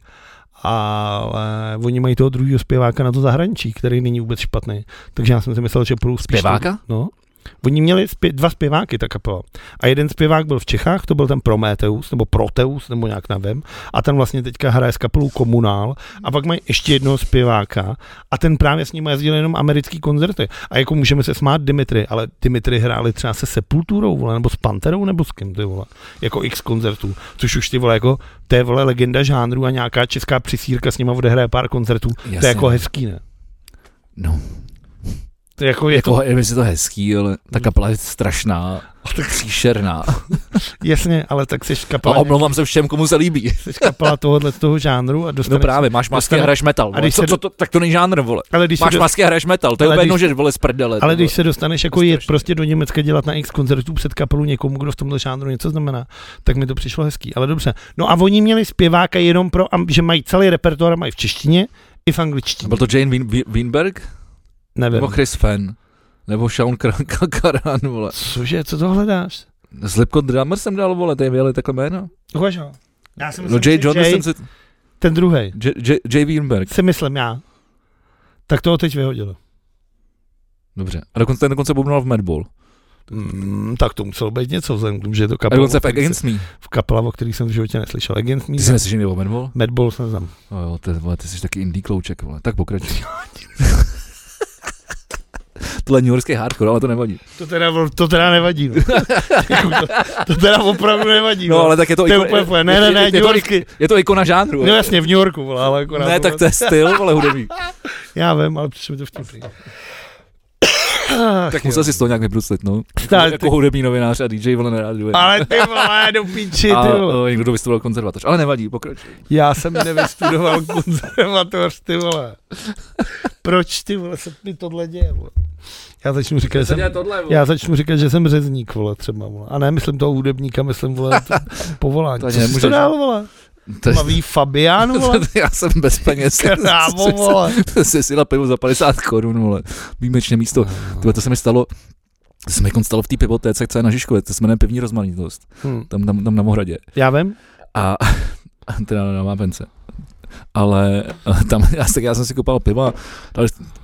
Ale oni mají toho druhého zpěváka na to zahraničí, který není vůbec špatný. Takže já jsem si myslel, že půjdu spíš... Zpěváka? No. Oni měli zpě- dva zpěváky, ta kapela. A jeden zpěvák byl v Čechách, to byl ten Prometheus, nebo Proteus, nebo nějak nevím. A ten vlastně teďka hraje s kapelou Komunál. A pak mají ještě jednoho zpěváka a ten právě s ním jezdil jenom americký koncerty. A jako můžeme se smát Dimitry, ale Dimitry hráli třeba se Sepulturou, vole, nebo s Panterou, nebo s kým, ty vole. Jako x koncertů. Což už ty vole, jako, to je vole legenda žánru a nějaká česká přisírka s nima odehraje pár koncertů. Jasně. To je jako hezký, ne? No. To jako je jako, to... je to hezký, ale ta kapela je strašná, tak příšerná. Jasně, ale tak jsi kapela... A omlouvám se všem, komu se líbí. Jsi kapela tohohle z toho žánru a dostaneš... No právě, máš masky a hraješ metal. A když co, co, to, tak to není žánr, vole. Ale když máš do... masky a hraješ metal, to je úplně jedno, že vole z prdele. Ale když se dostaneš jako jet prostě do Německa dělat na x koncertů před kapelu někomu, kdo v tomhle žánru něco znamená, tak mi to přišlo hezký, ale dobře. No a oni měli zpěváka jenom pro, že mají celý repertoár, mají v češtině i v angličtině. Byl to Jane Weinberg? Nevím. Nebo Chris Fenn? Nebo Sean Karan, vole. Cože, co to hledáš? Slipknot Drummer jsem dal, vole, tady měli takhle jméno. Uvaž ho. Já jsem no Jay Johnson si... Ten druhej. Jay Weinberg. Si myslím já. Tak toho teď vyhodilo. Dobře. A dokonce ten dokonce bubnul v Madball. Mm, tak to muselo být něco vzhledem k tomu, že je to kapela. A dokonce v Against Me. V kapela, o který jsem v životě neslyšel. Against Me. Ty si myslíš, že nebo Madball? Madball jsem znám. Oh, jo, ty, vole, ty jsi taky indie klouček, vole. Tak pokračuj. Tohle New Yorkský hardcore, ale to nevadí. To teda, to teda nevadí. No. to, to teda opravdu nevadí. No, ale tak je to, to ikon, je, ne, ne, ne, je, je, to, je to ikona žánru. No jasně, v New Yorku, vole, ale akorát. Ne, tak to je styl, ale hudební. Já vím, ale přišlo mi to vtipný. Tak musel si z toho nějak vybruslit, no. Jako, jako hudební novinář a D J, vole, nerád. Ale ty vole, do píči, ty vole. A někdo vystudoval konzervatoř, ale nevadí, pokračuj. Já jsem nevystudoval konzervatoř, ty vole. Proč, ty vole, se mi tohle děje, vole. Já začnu říkat, že jsem, tohle, já začnu říkat, že jsem řezník, vole, třeba, vole. A ne, myslím toho hudebníka, myslím, vole, povolání. To co jsi to dál, vole? Tmavý Fabián, vole? Já jsem bez peněz. Krávo, vole. Jsi si na pivo za padesát korun, vole. Výjimečně místo. Tyhle, to se mi stalo, to se mi stalo v té pivotéce, co je na Žižkově, to se jmenuje Pivní rozmanitost. Hmm. Tam, tam, tam na Mohradě. Já vím. A teda na Vápence. Ale tam, já, já jsem si koupal piva,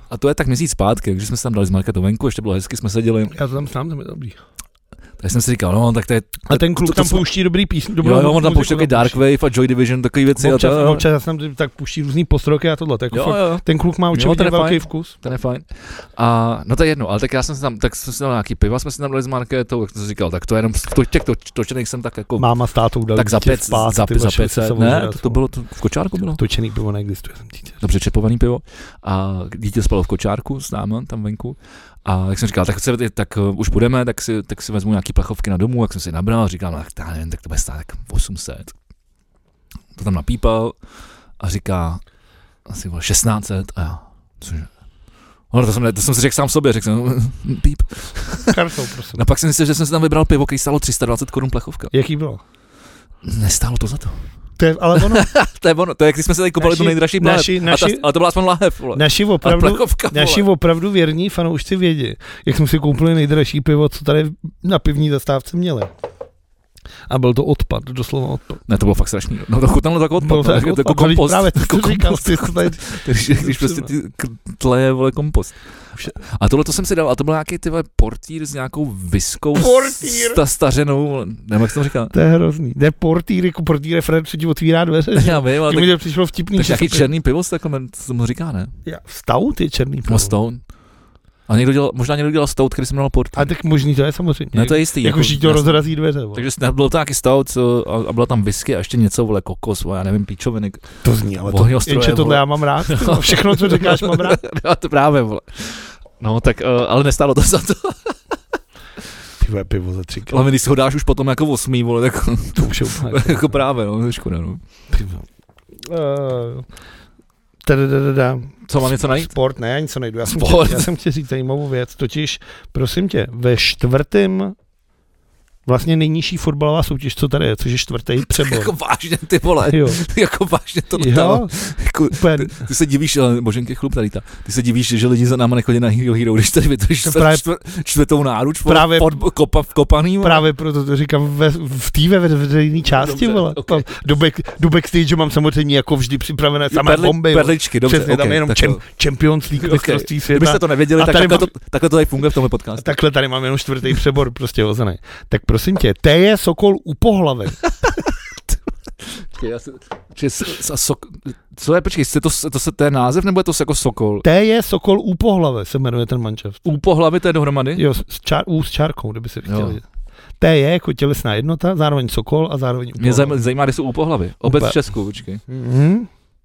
A to je tak měsíc zpátky, když jsme se tam dali z Marketu venku, ještě bylo hezky, jsme seděli. Já to tam sám, tam je dobrý. Tak jsem si říkal, no, tak to je... A ten kluk to, to, tam to, pouští dobrý písň. Jo, jo, on tam pouští takový Dark Wave a Joy Division, takový věci. Občas, a to, občas tam tak pouští různý postroky a tohle. Tak jo, jo. Ten kluk má určitě velký fajn, vkus. Ten je fajn. A no to je jedno, ale tak já jsem si tam, tak jsem si dal nějaký piva, jsme si tam dali z Marketu, jak jsem si říkal, tak to je jenom to, těch to, točených jsem tak jako... Máma s tátou dali tak za pět, spát, za, za pět, ne, to, to bylo, to v kočárku bylo. Točený pivo neexistuje, jsem dítě. Dobře čepovaný pivo a dítě spalo v kočárku s náma tam venku. A jak jsem říkal, tak, se, tak uh, už budeme, tak si, tak si vezmu nějaký plechovky na domů, jak jsem si nabral, říkal, no, tak, nevím, tak to bude stát tak osm set. To tam napípal a říká, asi bylo šestnáct set a já, cože? No, to, jsem, to jsem si řekl sám sobě, řekl jsem, píp. Kartou, prosím. A pak jsem myslel, že jsem si tam vybral pivo, který stálo tři sta dvacet korun plechovka. Jaký bylo? Nestálo to za to. To je, ale ono. to je ono, to je, jak když jsme se tady kopali tu nejdražší plahev. Naši, naši, a ta, ale to byla aspoň lahev, vole. Naši opravdu, plechovka, naši opravdu věrní fanoušci vědí, jak jsme si koupili nejdražší pivo, co tady na pivní zastávce měli. A byl to odpad, doslova odpad. Ne, to bylo fakt strašný. No to chutnalo tak odpad, to no, jako, jako kompost. Právě to jako říkal, kompost. ty tady... když, když prostě ty tleje, vole, kompost. A tohle to jsem si dal, a to byl nějaký ty vole portýr s nějakou viskou sta, stařenou, nevím, jak jsem to říkal. To je hrozný. Jde portýr, jako portýr je Fred, co ti otvírá dveře. Já vím, ale tak, mi to přišlo vtipný. Tak nějaký černý pivo, takhle, co se mu říká, ne? Já, stout je černý pivo. No Stone. A někdo dělal, možná někdo dělal stout, který jsem měl portýr. A tak možný to je samozřejmě. Ne, to je jistý. Jako, jako že to rozrazí dveře. Vole. Takže byl to nějaký stout a, a byla tam whisky a ještě něco, vole, kokos, vole, já nevím, píčoviny. To zní, ale to, jenže tohle já mám rád. Všechno, co říkáš, mám rád. Já to právě, vole. No, tak, uh, ale nestálo to za to. Ty pivo za tři. Ale když si ho dáš už potom jako osmý, vole, tak to už je úplně. jako právě, no, to je škoda, no. Uh, tadadadada. Co, mám něco najít? Sport, ne, já nic nejdu. Já jsem, chtěl, já jsem chtěl říct zajímavou věc, totiž, prosím tě, ve čtvrtém vlastně nejnižší fotbalová soutěž, co tady je, což je čtvrtý přebor. Jako vážně, ty vole, jo. Jako vážně to jo. Jako, ty, ty se divíš, ale boženky chlup tady ta, ty se divíš, že lidi za náma nechodí na Hero Hero, když tady vytržíš čtvr, čtvrtou náruč právě, pod, kopa, kopaný. Vole. Právě proto to říkám ve, v té veřejné části, vole. Okay. Do, back, do backstage mám samozřejmě jako vždy připravené samé Perli, bomby. Perličky, dobře. Přesně, okay, tam je jenom čem, Champions League, mistrovství okay. světa. Kdybyste to nevěděli, tak takhle, mám, to, takhle to tady funguje v tomhle podcastu. Takhle tady mám jenom čtvrtý přebor, prostě hozený. Tak prosím tě, T je Sokol u pohlavy. Co je, počkej, to, to, to, to je název, nebo je to jako Sokol? T je Sokol u pohlavy, se jmenuje ten manšaft. U pohlavy, to je dohromady? Jo, s, čár, u s čárkou, kdyby se chtěli. T je jako tělesná jednota, zároveň Sokol a zároveň u pohlavy. Mě zajímá, kde jsou u pohlavy. Obec v Česku, počkej. Mm-hmm.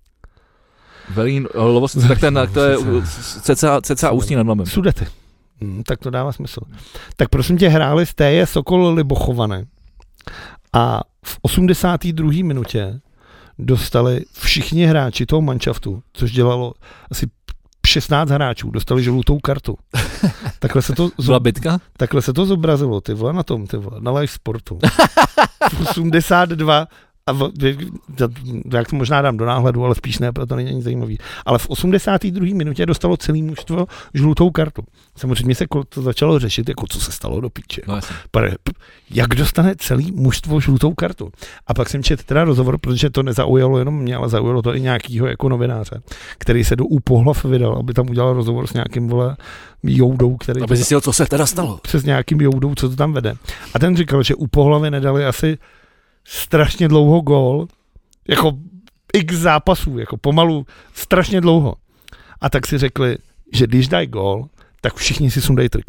Velín, Lovosice, tak ten, to je cca Ústí nad Labem. Sudety. Hmm, tak to dává smysl. Tak prosím tě, hráli z T je Sokol Libochované. A v osmdesáté druhé minutě dostali všichni hráči toho manšaftu, což dělalo asi šestnáct hráčů, dostali žlutou kartu. Takhle se to, Byla bitka? Takhle se to zobrazilo, ty vole, na tom, ty vole, na live sportu. osmdesát dva a v, jak to možná dám do náhledu, ale spíš ne, protože to není ani zajímavý. Ale v osmdesáté druhé minutě dostalo celé mužstvo žlutou kartu. Samozřejmě se to začalo řešit, jako co se stalo do píče. No, jak dostane celý mužstvo žlutou kartu? A pak jsem četl teda rozhovor, protože to nezaujalo jenom mě, ale zaujalo to i nějakýho jako novináře, který se do Úpohlav vydal, aby tam udělal rozhovor s nějakým, vole, joudou, který... Aby zjistil, co se teda stalo. Přes nějakým joudou, co to tam vede. A ten říkal, že Úpohlavy nedali asi strašně dlouho gól, jako x zápasů, jako pomalu strašně dlouho. A tak si řekli, že když dají gól, tak všichni si sundají triko.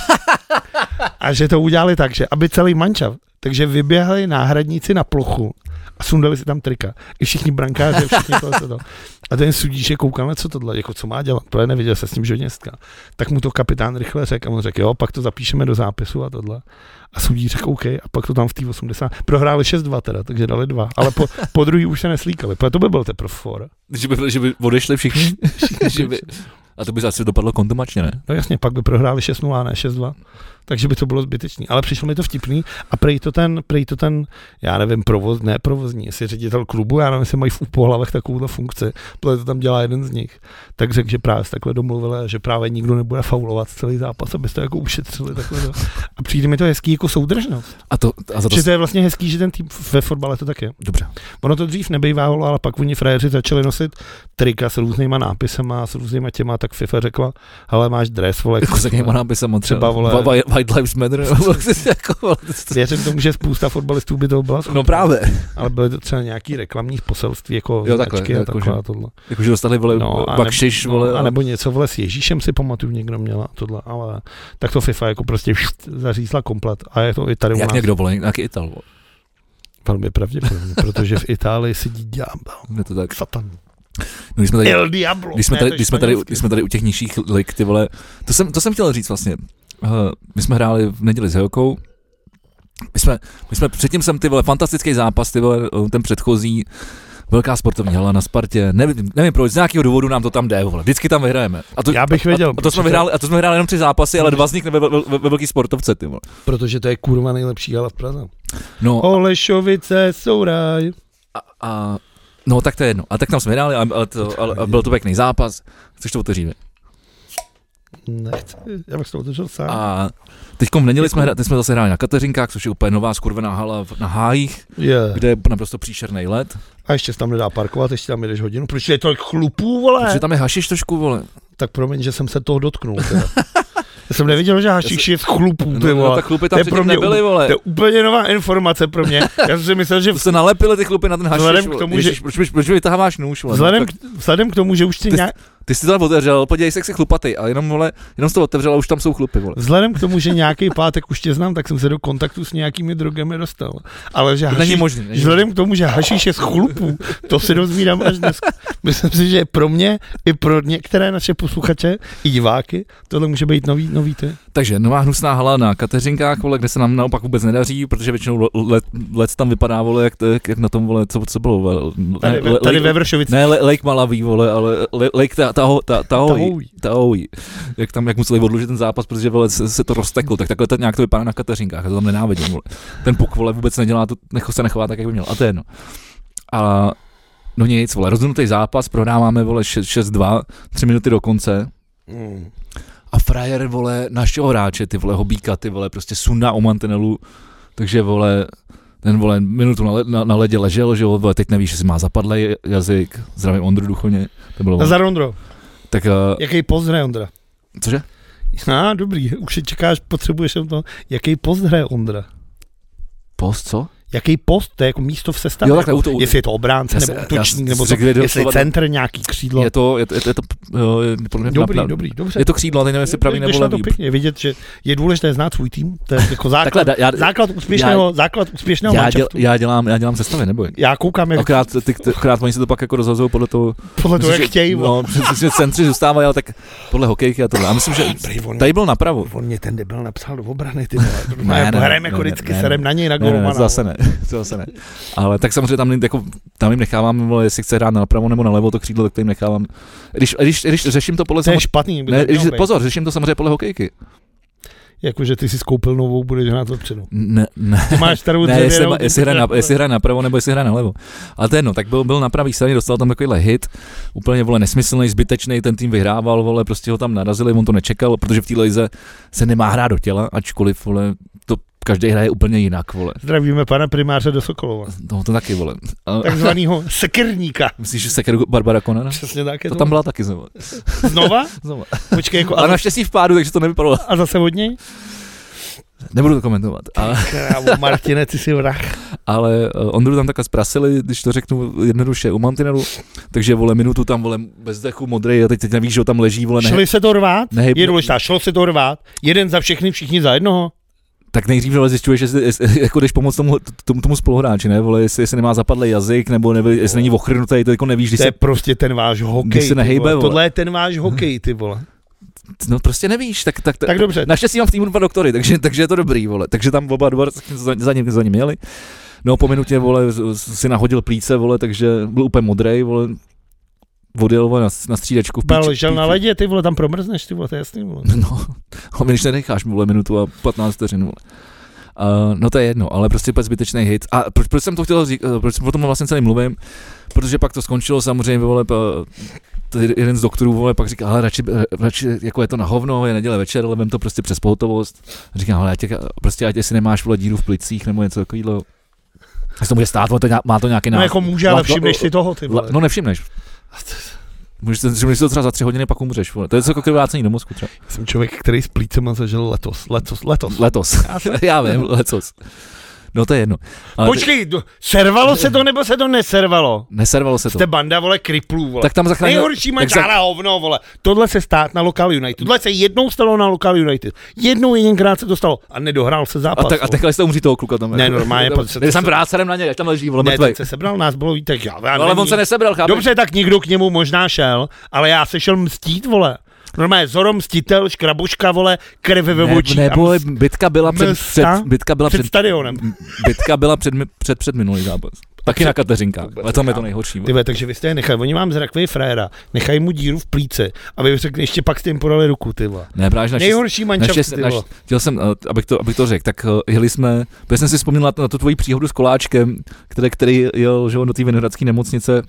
A že to udělali tak, že aby celý manšaft, takže vyběhli náhradníci na plochu a sundali si tam trika. I všichni brankáři, všichni to. A ten sudíš je koukal na co tohle, jako co má dělat, protože neviděl se s tím žodněstka. Tak mu to kapitán rychle řekl a on řekl, jo, pak to zapíšeme do zápisu a tohle. A sudí řekl, OK, a pak to tam v té osmdesáté prohráli šest dva teda, takže dali dva, ale po, po druhý už se neslíkali, protože to by byl teprve for. Že by, že by odešli všichni? že by, a to by zase dopadlo kontumačně, ne? No jasně, pak by prohráli šest nula, ne šest dva. Takže by to bylo zbytečný, ale přišlo mi to vtipný a prej to ten, prej to ten, já nevím, provoz, ne provozní, jestli ředitel klubu, já nevím, jestli mají v Úpohlavech takovouhle funkci, protože to tam dělá jeden z nich, tak řekl, že právě se takhle domluvili, že právě nikdo nebude faulovat celý zápas, abyste jako ušetřili takhle. To. A přijde mi to hezký jako soudržnost. A to, a za to... Že to je vlastně hezký, že ten tým ve fotbale to tak je. Dobře. Ono to dřív nebývalo, ale pak oni frajeři začali nosit trika s různýma nápisama, s různýma těma, tak FIFA řekla, hele, máš dres, vole. Jako se nějma nápisem třeba, vole. White Lives Matter. Věřím tomu, že spousta fotbalistů by to byla schopná. No právě. Ale byly to třeba nějaký reklamní poselství, jako jo, takhle, značky a jako, taková že, tohle. Jakože dostali, vole, no, bakšiš, no, vole. A nebo něco, vole, s Ježíšem si pamatuju, někdo měla tohle, ale tak to FIFA jako prostě zařízla komplet. A je to i tady u Jak nás. někdo, vole, nějaký Ital, vole. Velmi pravděpodobně, protože v Itálii sedí ďábel. Je to tak. Satan. No, když jsme tady, El Diablo. když jsme tady, když jsme tady, když jsme tady u těch nižších lig, ty vole, to jsem, to jsem chtěl říct vlastně. Uh, my jsme hráli v neděli s Hejkou. My jsme, my jsme, předtím jsem ty vole, fantastický zápas, ty vole, ten předchozí, velká sportovní hala na Spartě, nevím, nevím proč, z nějakého důvodu nám to tam jde, vole, vždycky tam vyhrajeme. A to, Já bych věděl. A, a, to jsme vyhráli, a to jsme vyhráli jenom tři zápasy, ale dva z nich ve, ve, ve, ve velký sportovce, ty vole. Protože to je kurva nejlepší hala v Praze. No, Olešovice jsou ráj. A, a, no tak to je jedno. A tak tam jsme hráli, a, a, to, a, a byl to pěkný zápas. Chceš to otevřít? Nechci, já bych to otevřel sám. A teďkom v neděli jsme, hra, teď jsme zase hráli na Kateřinkách, což je úplně nová skurvená hala na Hájích, yeah. kde je naprosto příšerný let. A ještě se tam nedá parkovat, ještě tam jdeš hodinu. Proč je tolik chlupů, vole? Protože tam je hašiš trošku, vole. Tak promiň, že jsem se toho dotknul. Teda. Já jsem neviděl, že hašiš je z chlupů, ty vole. No, tak chlupy tam to je pro mě nebyly, vole. To je úplně nová informace pro mě. Já jsem si myslel, že... To se nalepily ty chlupy na ten hašiš, vzhledem k tomu, Ježiš, že... proč, proč, proč vytaháváš nůž, vole? Vzhledem, tak... k, vzhledem k tomu, že už si nějak... Ty jsi to tam otevřel, podívej se, jak jsi chlupatý, a jenom, vole, jenom jsi to otevřel a už tam jsou chlupy, vole. Vzhledem k tomu, že nějaký pátek už tě znám, tak jsem se do kontaktu s nějakými drogami dostal. Ale že to hašiš, není možný. Není vzhledem k tomu, že hašiš je z chlupů, to si dozvídám až dnes. Myslím si, že pro mě i pro některé naše posluchače i diváky tohle může být nový, nový ty. Takže nová hnusná hala na Kateřinkách, vole, kde se nám naopak vůbec nedaří, protože většinou let, let tam vypadá, vole, jak, jak na tom, vole, co, co bylo, vole. Tady, ne, tady ve Vršovicích. Ne, Lake Malaví, vole, ale Lake ta, ta, ta, ta, Tahojí. Jak tam, jak museli odložit ten zápas, protože, vole, se, se to rozteklo, tak takhle to nějak to vypadá na Kateřinkách, já to tam nenávidím, vole. Ten puk, vole, vůbec nedělá, to necho se nechová tak, jak by měl, a to je jedno. A no nic, vole, rozhodnutý zápas, prohráváme, vole, šest dva, tři minuty do konce. Mm. A frajer, vole, našeho hráče, ty vole, Hobíka, ty vole, prostě sundá o mantinelu, takže, vole, ten, vole, minutu na, na, na ledě ležel, že vole, teď nevíš, jestli má zapadlej jazyk, zdravím Ondru Duchoně. To bylo, Nazar Ondro. Tak, uh, jaký post hraje Ondra? Cože? Ah, dobrý, už si čekáš, potřebuješ to. Jaký post hraje Ondra? Post, co? Jaký post, to je jako místo v sestavě, jo, jako, to, jestli je to obránce, nebo útočník, nebo to, jestli je center, nějaký křídlo. Je to, je to, je to, je to jo, je, dobrý, na, dobrý, dobře. Je to křídlo, teď nevím, jestli pravý nebo levý. Je vidět, že je důležité znát svůj tým, to je jako základ, Takhle, já, základ úspěšného, já, základ úspěšného já, manšaftu. Já dělám, já dělám sestavy, neboj. Já koukám, jak... Akorát, ty, akorát oni se to pak jako rozhazují podle toho... Podle toho, jak chtějí. No, že centři zůstávají, ale tak podle hokejky a tohle. A myslím, že tady byl napravo. On mě ten debil napsal do obrany, ty vole. Hrajeme jako vždycky, serem na něj na golmana. Zase ne, zase ne. Ale tak samozřejmě tam, jako, tam jim nechávám, vole, jestli chce hrát napravo nebo nalevo to křídlo, tak to jim nechávám. Když, když, když řeším to podle... To je špatný. Ne, když, pozor, řeším to samozřejmě podle hokejky. Jakože ty si skoupil novou, budeš hrát vepředu. Ne, ne. Ty máš starou ne, jestli, jestli, hraje na, jestli hraje napravo nebo jestli hraje nalevo. Ale to je jedno, tak byl, byl na pravý straně, dostal tam takovýhle hit, úplně, vole, nesmyslný, zbytečný, ten tým vyhrával, vole, prostě ho tam narazili, on to nečekal, protože v té lize se nemá hrát do těla, ačkoliv, vole, to každý hraje úplně jinak, vole. Zdravíme pana primáře do Sokolova. No, to taky, vole. Takzvanýho sekerníka. Myslíš, že sekeru Barbara Konana? Přesně tak je to. To tam byla taky znovu. Znova? Znova. Počkej, jako... Ale naštěstí v pádu, takže to nevypadalo. A zase od něj? Nebudu to komentovat. Ale... Krávo, Martine, ty jsi vrah. Ale uh, Ondru tam takhle zprasili, když to řeknu jednoduše, u mantinelu, takže, vole, minutu tam, vole, bez dechu, modrý, a teď, teď nevíš, že ho tam leží, vole, nehy... Šli se to rvát? Nehyb... Je důležitá, šlo se to rvát? Jeden za všechny, všichni za jednoho? Tak nejdřív, vole, zjišťuješ, jestli, jestli, jako jdeš pomoct tomu, tomu, tomu spoluhráči, ne, vole, jestli, jestli nemá zapadlý jazyk, nebo neví, jestli není ochrnutý, to jako nevíš, když to se... je prostě ten váš hokej, se nehejbe, vole. Tohle je ten váš hokej, ty vole. No prostě nevíš, tak, tak, tak dobře. Naštěstí mám v týmu dva doktory, takže, takže je to dobrý, vole. Takže tam oba dva za, za, ním, za ním jeli. No po minutě, vole, si nahodil plíce, vole, takže byl úplně modrej, vole. Odjel, vole, na, na střídačku. Byl ležel na ledě, ty vole, tam promrzneš, ty vole, to je jasný, vole. No, a když nenecháš, vole, minutu a patnáct vteřin, vole. Uh, no to je jedno, ale prostě úplně zbytečný hit. A proč, proč jsem to chtěl říct, proč jsem o tom vlastně celý mluvím? Protože pak to skončilo samozřejmě, vole, jeden z doktorů, vole, pak říká, ale radši, radši, jako je to na hovno, je neděle večer, ale vem to prostě přes pohotovost. A říkám, ale tě, prostě ať jestli nemáš, vole, díru v plicích nebo něco takového. A to může stát, to má to nějaký název. No jako může, ale všimneš si toho, ty vole. No nevšimneš. Můžeš to, můžeš to třeba za tři hodiny, pak umřeš. Vole. To je jako krvácení do mozku třeba. Já jsem člověk, který s plícema zažil letos. Letos, letos. Letos. Já vím, letos. No to je jedno. Ale počkej, ty... servalo se to, nebo se to neservalo? Neservalo se to. Jste banda, vole, kriplů, vole. Tak tam zachránil... Nejhorší manžára hovno, vole. Tohle se stát na Local United. Tohle se jednou stalo na Local United. Jednou jedinkrát se to stalo a nedohrál se zápas. A, tak, a takhle jste umří toho kluka tam. Ne, normálně. Když jsem prácerem na něj, jak tam leží, vole, mrtvej. Ne, se sebral nás, bylo vítek. Já, já no, ale on se nesebral, chápeš? Dobře, tak někdo k němu možná šel, ale já se šel mstít, vole. Normálně Zoro, mstitel, škrabuška, vole, krev ve očích. Ne, nebo bitka byla před, před, bitka byla před, před stadionem. Bitka byla před, před, před minulý zápas. Taky na Kateřinkách, ale tam je to nejhorší. Tyve, takže vy jste je nechali, oni vám zrakli fréra, nechají mu díru v plíce a vy řekli, ještě pak jste jim podali ruku, ty vole. Ne, právě naši, nejhorší mančaft, ty vole. Chtěl jsem, abych to, abych to řekl, tak jeli jsme, protože jsem si vzpomněl na, na tu tvoji příhodu s koláčkem, který, který jel že, do té Vinohradské nemocnice.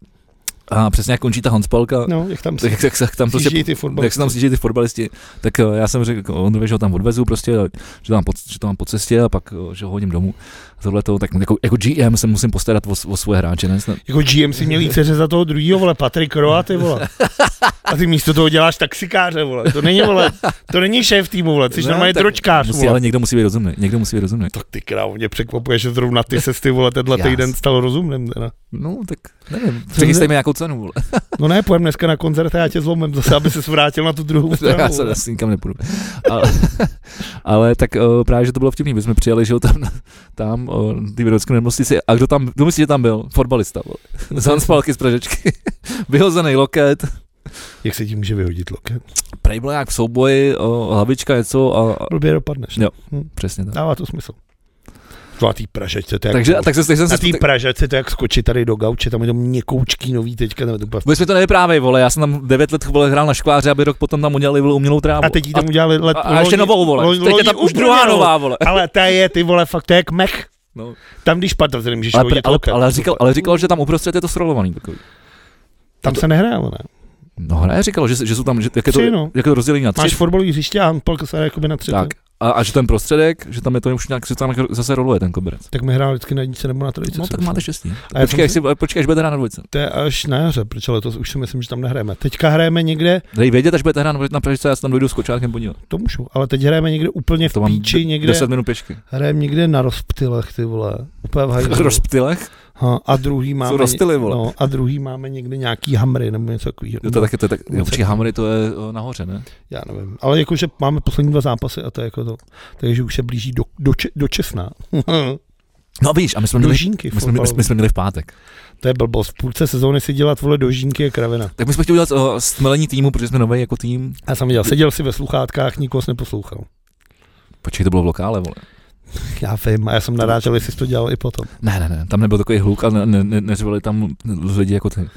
A přesně jak končí ta Hanspalka, no, jak tam, tak, jak, jak, tam prostě, jak se tam sjíždějí ty fotbalisti, tak já jsem řekl, on že ho tam odvezu prostě, že to mám po, že to mám po cestě a pak že ho hodím domů. Tohleto, tak jako, jako G M se musím postarat o, o svoje hráče. Ne? Jako G M si měl jít za toho druhýho, vole, Patrik Roa, ty vole. A ty místo toho děláš taxikáře, vole. To není, vole, to není šéf týmu, vole, jsi normálně dročkář, musí, vole. Ale někdo musí být rozumný, někdo musí být rozumný. Tak ty krávo, mě překvapuje, že zrovna ty se ty, vole, tenhle týden stal rozumným, teda. No, tak nevím, přechystej mi nějakou cenu, vole. No ne, pojem dneska na koncert a já tě zlomím zase, aby se vrátil na tu druhou stranu. Já se asi nikam nepůjdu. Ale, ale tak o, právě, že to bylo vtipný, my jsme přijeli, že tam, tam o, ty Vinohradské nemocnici a kdo tam, kdo myslí, že tam byl? Fotbalista, vole. Z Hanspalky z Pražečky. Vyhozený loket. Jak se ti může vyhodit loket? Prej byl nějak v souboji, o, hlavička něco a... Blbě dopadneš. Jo, hm. Přesně tak. Dává to smysl. Na té Pražečce, to je Takže, jak, tak se, jsem na té Pražečce to je jak skočit tady do gauče, tam je to měkoučký nový teďka. Vůbec mi to nevyprávěj, vole, já jsem tam devět let vole, hrál na škváře, aby rok potom tam udělali vole, umělou trávu. A teď jí tam udělali let, a, a ještě novou, vole, lo, teď je tam už druhá nová, vole. Ale ta je, ty vole, fakt, to je jak mech. No. Tam když padl, to nemůžeš ale, hodit ale, loket. ale, říkal, ale říkal, že tam uprostřed je to strolovaný takový. Tam to... se nehrálo, ne? No ne, říkalo, že, že jsou tam, že, jak, je to, tři, no. jak je to rozdělení na tři. Máš fotbalový hřiště a Hanspalka se jakoby na tři. Tak. A, a že ten prostředek, že tam je to už nějak, že tam zase roluje ten koberec. Tak my hráli vždycky na jedničce nebo na trojice. No tak máte štěstí. A počkej, si, počkej, až budete hrát na dvojce. To je až na jaře, protože letos už si myslím, že tam nehrajeme. Teďka hrajeme někde. Dej vědět, až budete hrát na Pražce, já se tam dojdu s kočárkem podívat. To můžu, ale teď hrajeme někde úplně v píči, někde. deset minut pěšky. Hrajeme někde na Rozptylech, ty vole. Úplně v hajdu. Rozptylech? Ha, a druhý máme. Rozptyly, vole. No, a druhý máme někde nějaký hamry nebo něco takového. Jo, to je taky, to je tak, jo, při hamry to je o, nahoře, ne? Já nevím, ale jakože máme poslední dva zápasy a to je jako to. Takže už se blíží do, do, do Česna. No víš, a my jsme, měli, dožínky, my, jsme, my, my jsme měli v pátek. To je blbost. V půlce sezóny si dělat vole dožínky je kravina. Tak my jsme chtěli dělat uh, stmelení týmu, protože jsme nový jako tým. Já jsem viděl, seděl si ve sluchátkách, nikoho jsi neposlouchal. Počkej, to bylo v lokále, vole. Já vím, a já jsem narážel, jestli jsi to dělal i potom. Ne, ne, ne, tam nebyl takový hluk a ne, ne, ne, neřvali tam lidi jako ty.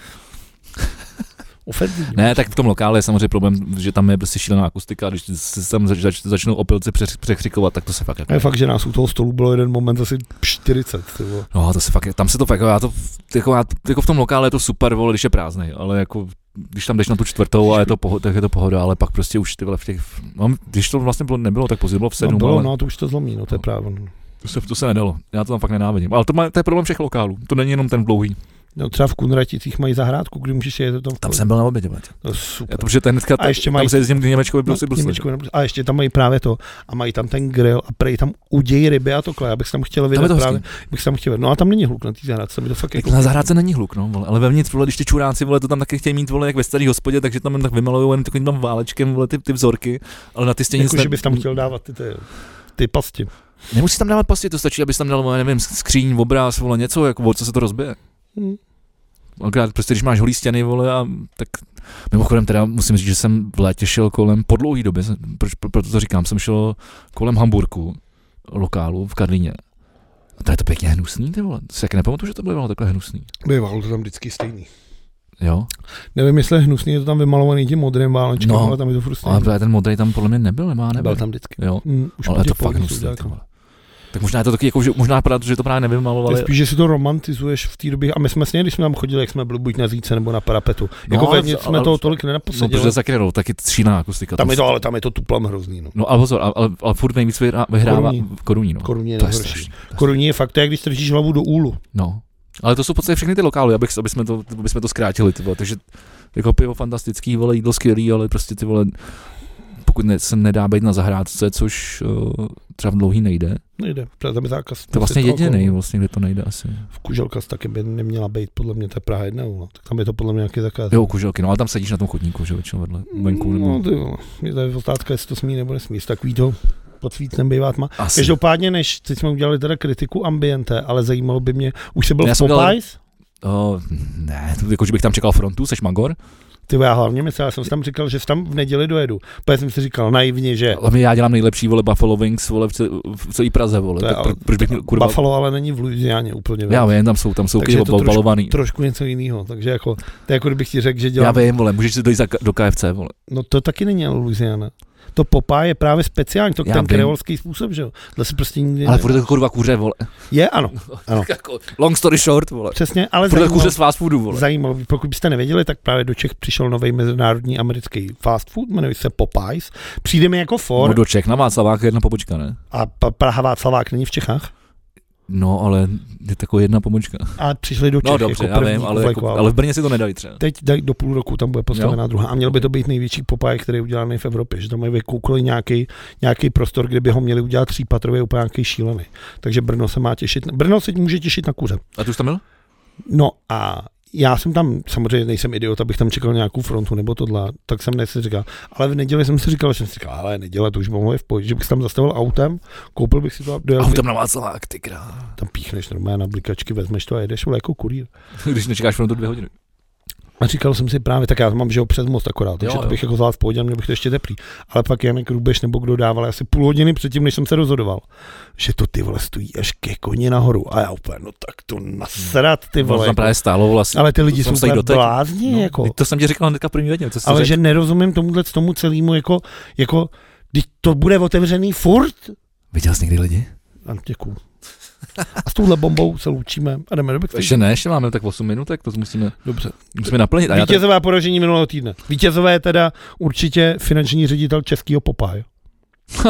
Ofenzivní. Ne, tak v tom lokále je samozřejmě problém, že tam je prostě šílená akustika, když se tam zač, zač, začnou opilci překřikovat, tak to se fakt jako... Je fakt, že nás u toho stolu bylo jeden moment asi čtyřicet. Tyvo. No, to se fakt, tam se to fakt, já to, jako, já, jako v tom lokále je to super, vole, když je prázdnej, ale jako, když tam jdeš na tu čtvrtou a je to pohoda, tak je to pohoda, ale pak prostě už ty vole v těch, no, když to vlastně bylo, nebylo tak pozdě, bylo v sedm, no, bylo, ale... no, to už to zlomí, no, to je právě. No. To se, to se nedalo, já to tam fakt nenávidím, ale to, má, to je problém všech lokálů, to není jenom ten dlouhý. No třeba v Kunraticích mají zahrádku, kdy můžeš jet tam. Tam jsem byl na obědě, to super. Já to, protože ten hnedka, a ještě tam mají, se jezdím k Němečkovi, byl si brusli. A ještě tam mají právě to, a mají tam ten grill a prej tam udějí ryby a tokle, já bych tam chtěl vydat tam právě, bych tam chtěl, no a tam není hluk na té zahrádce, to fakt jako... Na zahrádce není hluk, no, vole, ale vevnitř, vole, když ty čuráci, vole, to tam taky chtějí mít, vole, jak ve starý hospodě, takže tam tak vymalujou jen takovým tam válečkem, vole, ty, ty vzorky, ale na ty stejně... Jako, že bys tam chtěl dávat ty, ty, ty pasti. Nemusíš tam dávat pasti, to stačí, abys tam dal, nevím, skříň, obráz, vole, něco, jako, co se to rozbije. Hmm. Akorát prostě, když máš holý stěny, vole, a tak mimochodem teda musím říct, že jsem v létě šel kolem, po dlouhý době, proč, proto to říkám, jsem šel kolem Hamburku, lokálu v Karlíně. A to je to pěkně hnusný, ty vole, to si jak nepamatuju, že to bylo takhle hnusný. Bývalo to tam vždycky stejný. Jo? Nevím, jestli je hnusný, je to tam vymalovaný tím modrým válečkem, no, ale tam je to furt stejný. Ale ten modrý tam podle mě nebyl, nemá, nebyl. Byl tam vždycky. Jo, mm, už ale je to fakt hnusný, ty vole. Tak možná je to taky, jako, že možná právě, že to právě nevymalovali. Spíš, že si to romantizuješ v té době. A my jsme sněli, když jsme tam chodili, jak jsme byli buď na zíce nebo na parapetu. No, jako vevnitř jsme toho tolik nenaposadili. No, protože zakrylo, taky šílená akustika. Tam je to, ale tam je to tuplam hrozný. No, no ale pozor, ale, ale, ale furt nejvíc vyhrává Koruní. Koruní, no. Koruní je nejhorší. Koruní je fakt, jak když strčíš hlavu do úlu. No. Ale to jsou v podstatě všechny ty lokály, abych, aby, jsme to, aby jsme to zkrátili, ty vole. Takže jako pivo fantastický, vole, jídlo skvělý, ale prostě ty vole, pokud ne, se nedá být na zahrádce, což uh, třeba v dlouhý nejde. Nejde, tam je zákaz. To je vlastně jediný, vlastně, kde to nejde asi. V Kuželkas taky by neměla být, podle mě, to je Praha jedna, no. Tak tam je to podle mě nějaký zakaz. Jo, Kuželky, no ale tam sedíš na tom chodníku, že většinou vedle venku. Nebo... No, ty vole, je to otázka, jestli to smí nebo nesmí, takový to pod svícnem bývá tma. Každopádně, než teď jsme udělali teda kritiku ambiente, ale zajímalo by mě, už se byl v Popeyes? Oh, ne, to jako, že bych tam čekal frontu, seš Magor? Ty já hlavně myslel, já jsem si tam říkal, že tam v neděli dojedu. Protože jsem si říkal naivně, že... Ale já dělám nejlepší, vole, Buffalo Wings, vole, v celé Praze, vole. To je, tak, proč bych měl, kurva... Buffalo ale není v Louisianě úplně. Já vím, tam jsou, tam jsou ty balovaný. Trošku něco jiného, takže jako, to je jako kdybych ti řekl, že dělám... Já vím, vole, můžeš si dojít do K F C, vole. No to taky není Louisiana. To Popeye je právě speciální, to já ten vím. Kreolský způsob, že jo. Tohle se prostě nikdy ale furt to kurva kuře, vole. Je, ano. ano. Long story short, vole. Přesně, ale furt to kuře z fast foodu, vole. Zajímavé, pokud byste nevěděli, tak právě do Čech přišel nový mezinárodní americký fast food, jmenuje se Popeyes. Přijde mi jako for. No do Čech, na Václavák jedna pobočka, ne? A Praha Václavák není v Čechách? No, ale je taková jedna pomočka. A přišli do Čech no, dobře, jako první. Já vím, ale, jako, ale v Brně si to nedají třeba. Teď dají do půl roku, tam bude postavená druhá. A měl by to být největší Popeye, který je udělaný v Evropě. Že tam mají vykoukli nějaký, nějaký prostor, kde by ho měli udělat třípatrový, úplně nějaký šílený. Takže Brno se má těšit. Brno se může těšit na kuře. A ty už tam byl? No a já jsem tam, samozřejmě nejsem idiot, abych tam čekal nějakou frontu nebo tohle, tak jsem si říkal, ale v neděli jsem si říkal, že jsem si říkal, ale neděle, to už mohlo v pohodě, že bych tam zastavil autem, koupil bych si to. Dojel autem na Václavák, ty král. Tam píchneš normálně na blikačky, vezmeš to a jedeš, ale jako kurýr. Když nečekáš frontu dvě hodiny. A říkal jsem si právě, tak já mám, že ho přes most akorát, takže jo, to bych jo. jako zvládl v pohodě, měl bych to ještě teplý. Ale pak Janek Rubeš nebo kdo dával asi půl hodiny předtím, než jsem se rozhodoval, že to ty vole stojí až ke koni nahoru. A já úplně, no tak to nasrat, ty vole. No, jako, právě stálo vlastně. Ale ty lidi jsou úplně blázni, no, jako. To jsem ti říkal hnedka první vědě. Ale řek... že nerozumím tomuhle tomu celému, jako, jako, když to bude otevřený furt. Viděl jsi někdy lidi? Děkuju. A s touhle bombou se loučíme a jdeme do backstage. Ještě ne, ještě máme tak osm minutek, to musíme, Dobře. musíme naplnit. A vítězové poražení minulého týdne. Vítězové je teda určitě finanční ředitel českého Popeye. uh,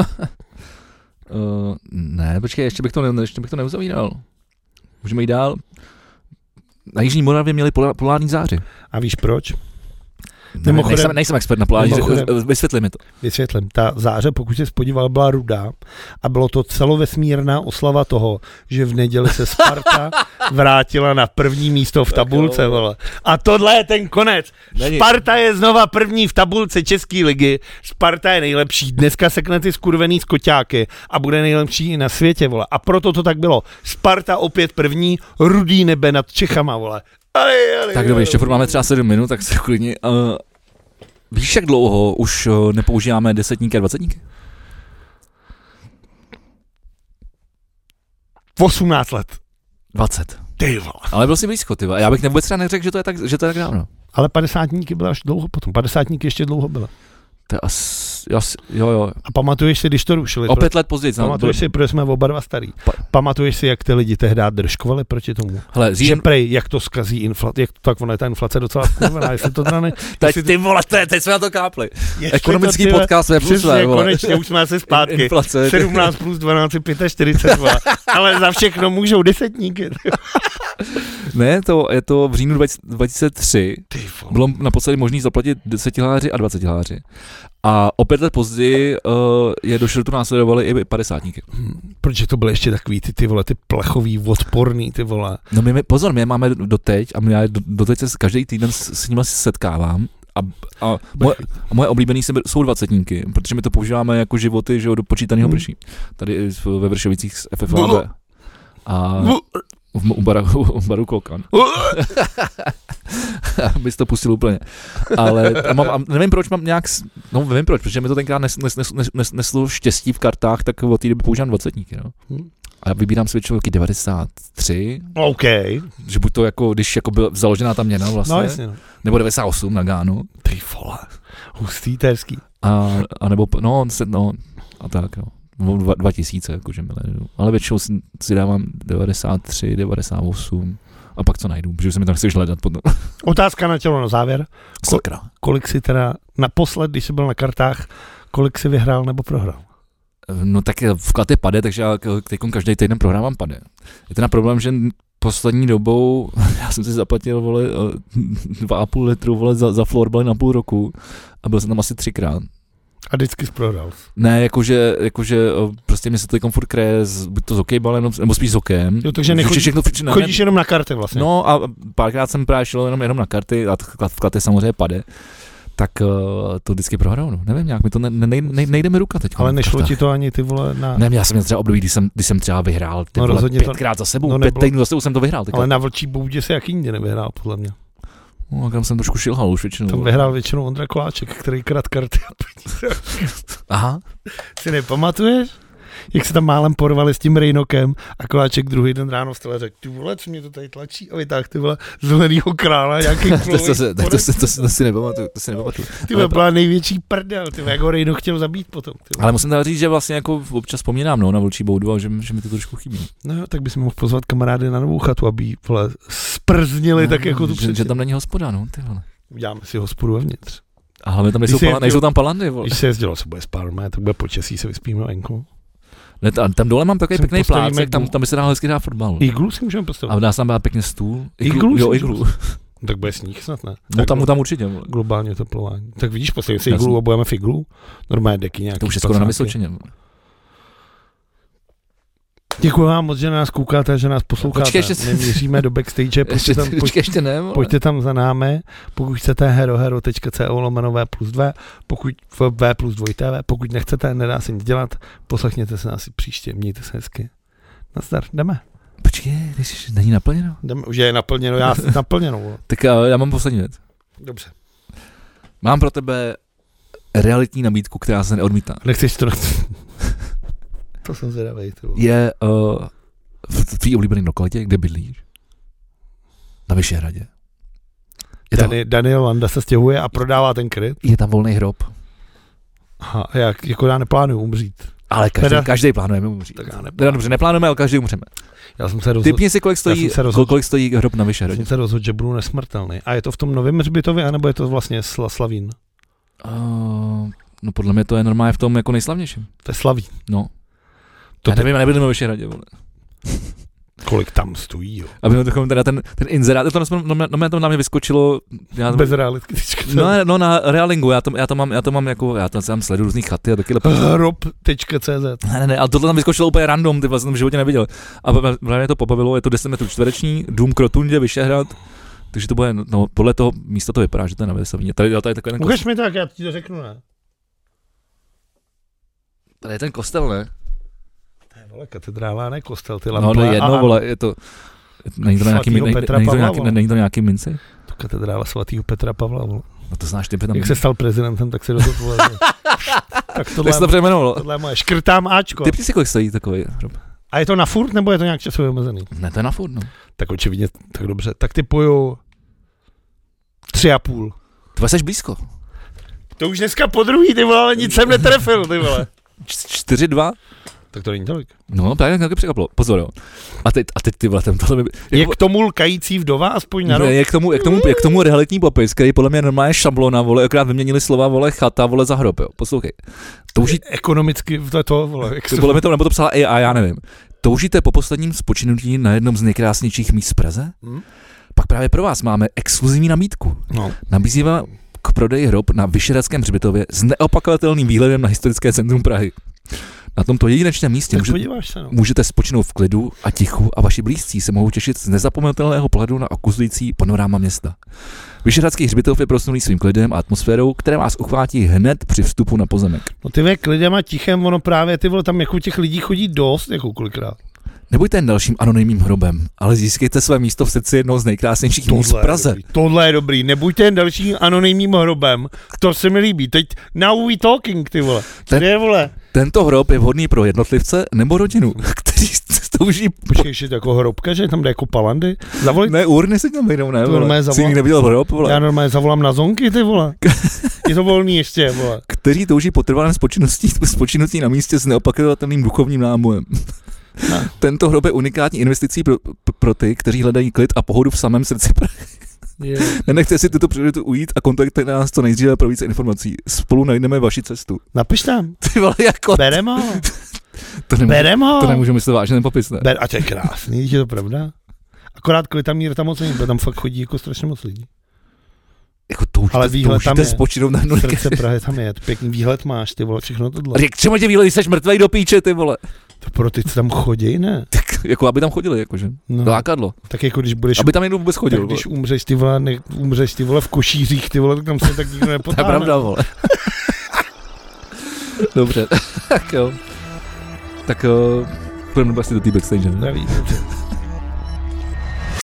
ne, počkej, ještě bych to, ne, ještě bych to neuzavíral. Můžeme jít dál. Na Jižní Moravě měli polární záři. A víš proč? Ne, nejsem, nejsem expert na polární záři, vysvětli mi to. Vysvětlím. Ta záře, pokud se spodíval, byla rudá a bylo to celovesmírná oslava toho, že v neděli se Sparta vrátila na první místo v tabulce. Vole. A tohle je ten konec. Není. Sparta je znova první v tabulce České ligy. Sparta je nejlepší. Dneska sekne ty skurvený skoťáky a bude nejlepší i na světě. Vole. A proto to tak bylo. Sparta opět první, rudý nebe nad Čechama. Vole. Ale, ale, tak dobře, ještě furt máme třeba sedm minut, tak se klidně. Uh, víš, jak dlouho už uh, nepoužíváme desetníky a dvacetníky? osmnáct let. dvacet. Ty vole. Ale byl jsi blízko, ty vole. Já bych vůbec třeba neřekl, že to je tak, že to je tak dávno. Ale padesátníky byly až dlouho potom. Padesátníky ještě dlouho byly. To je asi, asi, jo, jo. A pamatuješ si, když to rušili? O pět let později. Pamatuješ si, protože jsme oba dva starý. Pa, pamatuješ si, jak ty lidi tehdy držkovali proti tomu? Hele, říjem... Že prej, jak to zkazí inflace, jak to, tak ona je ta inflace docela skurvená, jestli to teda ne... Teď ty vole, teď jsme na to kápli. Ekonomický to, podcast je plus své, konečně už jsme asi zpátky. Inflace. sedmnáct plus dvanáct, čtyřicet pět. Ale za všechno můžou desetníky. Ne, to je to v říjnu dva tisíce tři. Bylo naposledy možný zaplatit desetihaláři a dvacetihaláři. A o pět let později uh, je do šrotu následovali i padesátníky. Hmm, protože to byly ještě takový ty, ty vole, ty plechový, odporný, ty vole. No my, pozor, my je máme doteď a já do, doteď se každý týden s, s nimi setkávám a, a, moje, a moje oblíbený jsou dvacetníky, protože my to používáme jako životy, že jo, do počítaného hmm. prší. Tady ve Vršovicích z F F A B. A v, u, baru, u baru Klokan. Bys to pustil úplně. Ale a mám, a nevím, proč mám nějak, no nevím proč, protože mi to tenkrát nes, nes, nes, nes, neslo štěstí v kartách, tak od té doby používám dvacetníky, no. A vybírám si většinou devadesát tři. OK. Že buď to jako, když jako byla založená ta měna vlastně, no, jasně, no. Nebo devadesát osm na Gánu. Ty vole, hustý, terský. A, a nebo, no, no, a tak, no. Dva, dva tisíce, jakože milénium. Ale většinou si, si dávám devadesát tři, devadesát osm a pak co najdu, protože se mi tam chceš hledat potom. Otázka na tělo na závěr. Ko- Sakra. Kolik si teda naposled, když jsi byl na kartách, kolik si vyhrál nebo prohrál? No tak vklad je pade, takže já teď každý týden prohrávám pade. Je ten problém, že poslední dobou, já jsem si zaplatil, vole, dva a půl litru, vole, za, za florbaly na půl roku a byl jsem tam asi třikrát. A vždycky zprodal. Ne, jakože, jakože prostě mě se to furt kraje, buď to s hokejbalem, nebo spíš s hokejem. Jo, takže nechodí, všechno, ne, chodíš jenom na karty vlastně. No a párkrát jsem právě šel jenom, jenom na karty a vklad je samozřejmě pade. Tak uh, to vždycky prohrál, no. Nevím, nějak mi to ne, ne, ne, nejde mi ruka teď. Ale nešlo ti to ani ty vole na... Ne, já jsem měl třeba období, když jsem, když jsem třeba vyhrál ty no, vole pětkrát to... za sebou, no, pět týdnů za sebou jsem to vyhrál. Ale na Vlčí boudě se jak jinde nevyhrál, podle mě. No, tam jsem trošku šilhal už většinou. Tam vyhrál většinou Ondra Koláček, který krát karty a peníze. Aha. Si nepamatuješ? Jak se tam málem porvali s tím Rejnokem a Koláček druhý den ráno vstal a řekl, ty vole, co mě to tady tlačí? A vytáhl ty vole zelenýho krála, nějaký to, to, se, to, to, to, to, to si nepamatuju, to si nepamatuju. Ty vole, byla největší prdel, ty vole, jak ho Rejno chtěl zabít potom. Ale musím teda říct, že vlastně jako občas vzpomínám, no, na Vlčí boudu a že, že mi to trošku chybí. No jo, tak bychom mohl pozvat kamarády na novou chatu, aby vole sprznili no, tak jako tu že, že tam není hospoda, no, ty vole. Uděláme si hospodu vevnitř. A hlavně tam nejsou, pala, nejsou tam palandy, vole. Když se jezdilo, se bude spát, tak bude počasí, se vyspíme venku. Ne, tam, tam dole mám takový pěkný plácek, tam, tam by se dál hezky dát fotbal. Iglu si můžeme postavit. A dá se tam dát pěkně stůl. Iglu? Iglu jo, iglu. Tak bude sníh snad, ne? No tam, tam určitě. Globálně teplování. Tak vidíš, postavit si iglu a budeme v iglu. Normálně deky nějaký. To už je skoro na Vysočině. Děkuji vám moc, že nás koukáte, že nás posloucháte. Počkej, ještě... Neměříme do backstage, pojďte tam, pojď, ještě ne, pojďte tam za námi, pokud chcete herohero tečka co lomeno V plus dva, pokud V plus dva T V, pokud nechcete, nedá se nic dělat, poslechněte se nás i příště, mějte se hezky. Nazdar, jdeme. Počkej, když není naplněno. Jdeme, už je naplněno, já jsem naplněno. Tak já, já mám poslední věc. Dobře. Mám pro tebe realitní nabídku, která se neodmítá. Nechceš to... To jsem zvědavej. Je uh, v tvý oblíbený lokalitě, kde bydlíš? Na Vyšehradě. Dani, Daniel Landa se stěhuje a prodává ten kryt. Je tam volný hrob. Aha, jak, jako já neplánuju umřít. Ale každý, teda, každý plánujeme umřít. Tak já teda dobře, neplánujeme, ale každý umřeme. Já jsem se rozhodl. Typni si, kolik stojí, rozhodl, kolik stojí hrob na Vyšehradě. Já jsem se rozhodl, že budu nesmrtelný. A je to v tom novém hřbitově, anebo je to vlastně sla, Slavín? Uh, no podle mě to je normálně v tom jako nejslavnějším. To je Slavín. No. To já ty... nevím, já nebydlím na Vyšehradě, vole. Kolik tam stojí, jo. Aby to teda ten, ten inzerát, to no, no, no, to na mě vyskočilo. Já, bez realitky. No, no, na Realingu, já to, já to mám, já to mám jako, já to tam sleduju různý chaty a taky hrob tečka cé zet. Ne, ne, ne, ale tohle tam vyskočilo úplně random, ty vlastně jsem v životě neviděl. A právě to pobavilo, je to deset metrů čtvereční, dům k rotundě, Vyšehrad. Takže to bude, no, podle toho místa to vypadá, že to je na Vesavíně. Tady, tady je takový ten Ukaž mi tak, já ti to řeknu, ne? Tady je ten kostel, ne? To je, vole, katedrála, ne kostel, ty lampy. No, to je jedno, vole, je to, není to nějaký, není, není, to nějaký, není to nějaký minci? To katedrála svatého Petra Pavla, vole. No to znáš, ty tam... Jak se stal prezidentem, tak se do toho, vole. Tak tohle, tak se to přejmenovalo. Tohle je moje, škrtám Ačko. Typni si, kolik stojí takový hrob. A je to na furt, nebo je to nějak časově omezený? Ne, to je na furt, no. Tak očividně, tak dobře. Tak typuju tři a půl. Ty jsi blízko. To už dneska po druhý, ty vole, ale nic jsem netrefil, ty vole. čtyři dva? Tak to není tolik. No, právě taky překvapilo. Pozor, jo. A teď, a teď ty vole, ten tohle by... Je jako, k tomu lkající vdova aspoň na rok? Je k tomu, je k tomu, je k tomu realitní popis, který podle mě normálně šablona, vole, akorát vyměnili slova, vole, chata, vole, za hrob, jo. Poslouchej. Touží... Ekonomicky, to je to, vole. To podle mě to, nebo to psala A I, já nevím. Toužíte po posledním spočinutí na jednom z nejkrásnějších míst v Praze? Hmm? Pak právě pro vás máme exkluzivní nabídku. No. Nabízíme k prodeji hrob na Vyšehradském hřbitově s neopakovatelným výhledem na historické centrum Prahy. Na tomto jedinečném místě můžete, se, no. můžete spočinout v klidu a tichu a vaši blízcí se mohou těšit z nezapomenutelného pohledu na okuzující panoráma města. Vyšehradský hřbitov je prosnulý svým klidem a atmosférou, které vás uchvátí hned při vstupu na pozemek. No ty ve klidem a tichem, ono právě, ty vole, tam jako těch lidí chodí dost, jako kolikrát. Nebuďte jen dalším anonymním hrobem, ale získejte své místo v srdci jednoho z nejkrásnějších míst v Praze. Dobrý. Tohle je dobrý, nebuďte jen dalším anonymním hrobem, to se mi líbí. Teď now we talking, ty vole. Ten, je, vole? Tento hrob je vhodný pro jednotlivce nebo rodinu, kteří touží... Počkej, ještě jako hrobka, že tam jde jako palandy? Zavolej... Ne, urny se tam vejdou, ne, vole. Zavolám... Jsi nikdy neviděl hrob, vole. Já normálně zavolám na zonky, ty vole. Je to volný ještě, vole. Kteří touží po trvalém spočinutí na místě s neopakovatelným duchovním námojem. Ne. Tento hrob je unikátní investicí pro, pro ty, kteří hledají klid a pohodu v samém srdci Prahy. Yeah. Nenechte si tuto příležitost ujít a kontaktujte nás co nejdříve pro více informací. Spolu najdeme vaši cestu. Napiš tam. Ty vole, jako... Berem ho. To nemůžu, Berem ho. To nemůžu myslet vážně, ten popis, ne? Ber, a to je krásný, je to pravda? Akorát kvůli tam mír tam moc není, tam fakt chodí jako strašně moc lidí. Jako to už, ale to, výhled to tam je. Spočínou na nulky. Srdce Prahy tam je, pěkný výhled máš, ty vole, všechno tohle. Jak třeba tě výhledy, jsi mrtvej do píče, ty vole. To pro ty, co tam chodí, ne? Tak jako aby tam chodili, jakože. No. Lákadlo. Tak jako když budeš... Aby tam někdo vůbec chodil. Tak když umřeš ty vole, ne, umřeš ty vole v Košířích, ty vole, tak tam se tak nikdo nepotáhne. To je pravda, vole. Dobře, tak jo. Tak jo, půjdeme asi do té backstage, ne? Zdraví, dobře.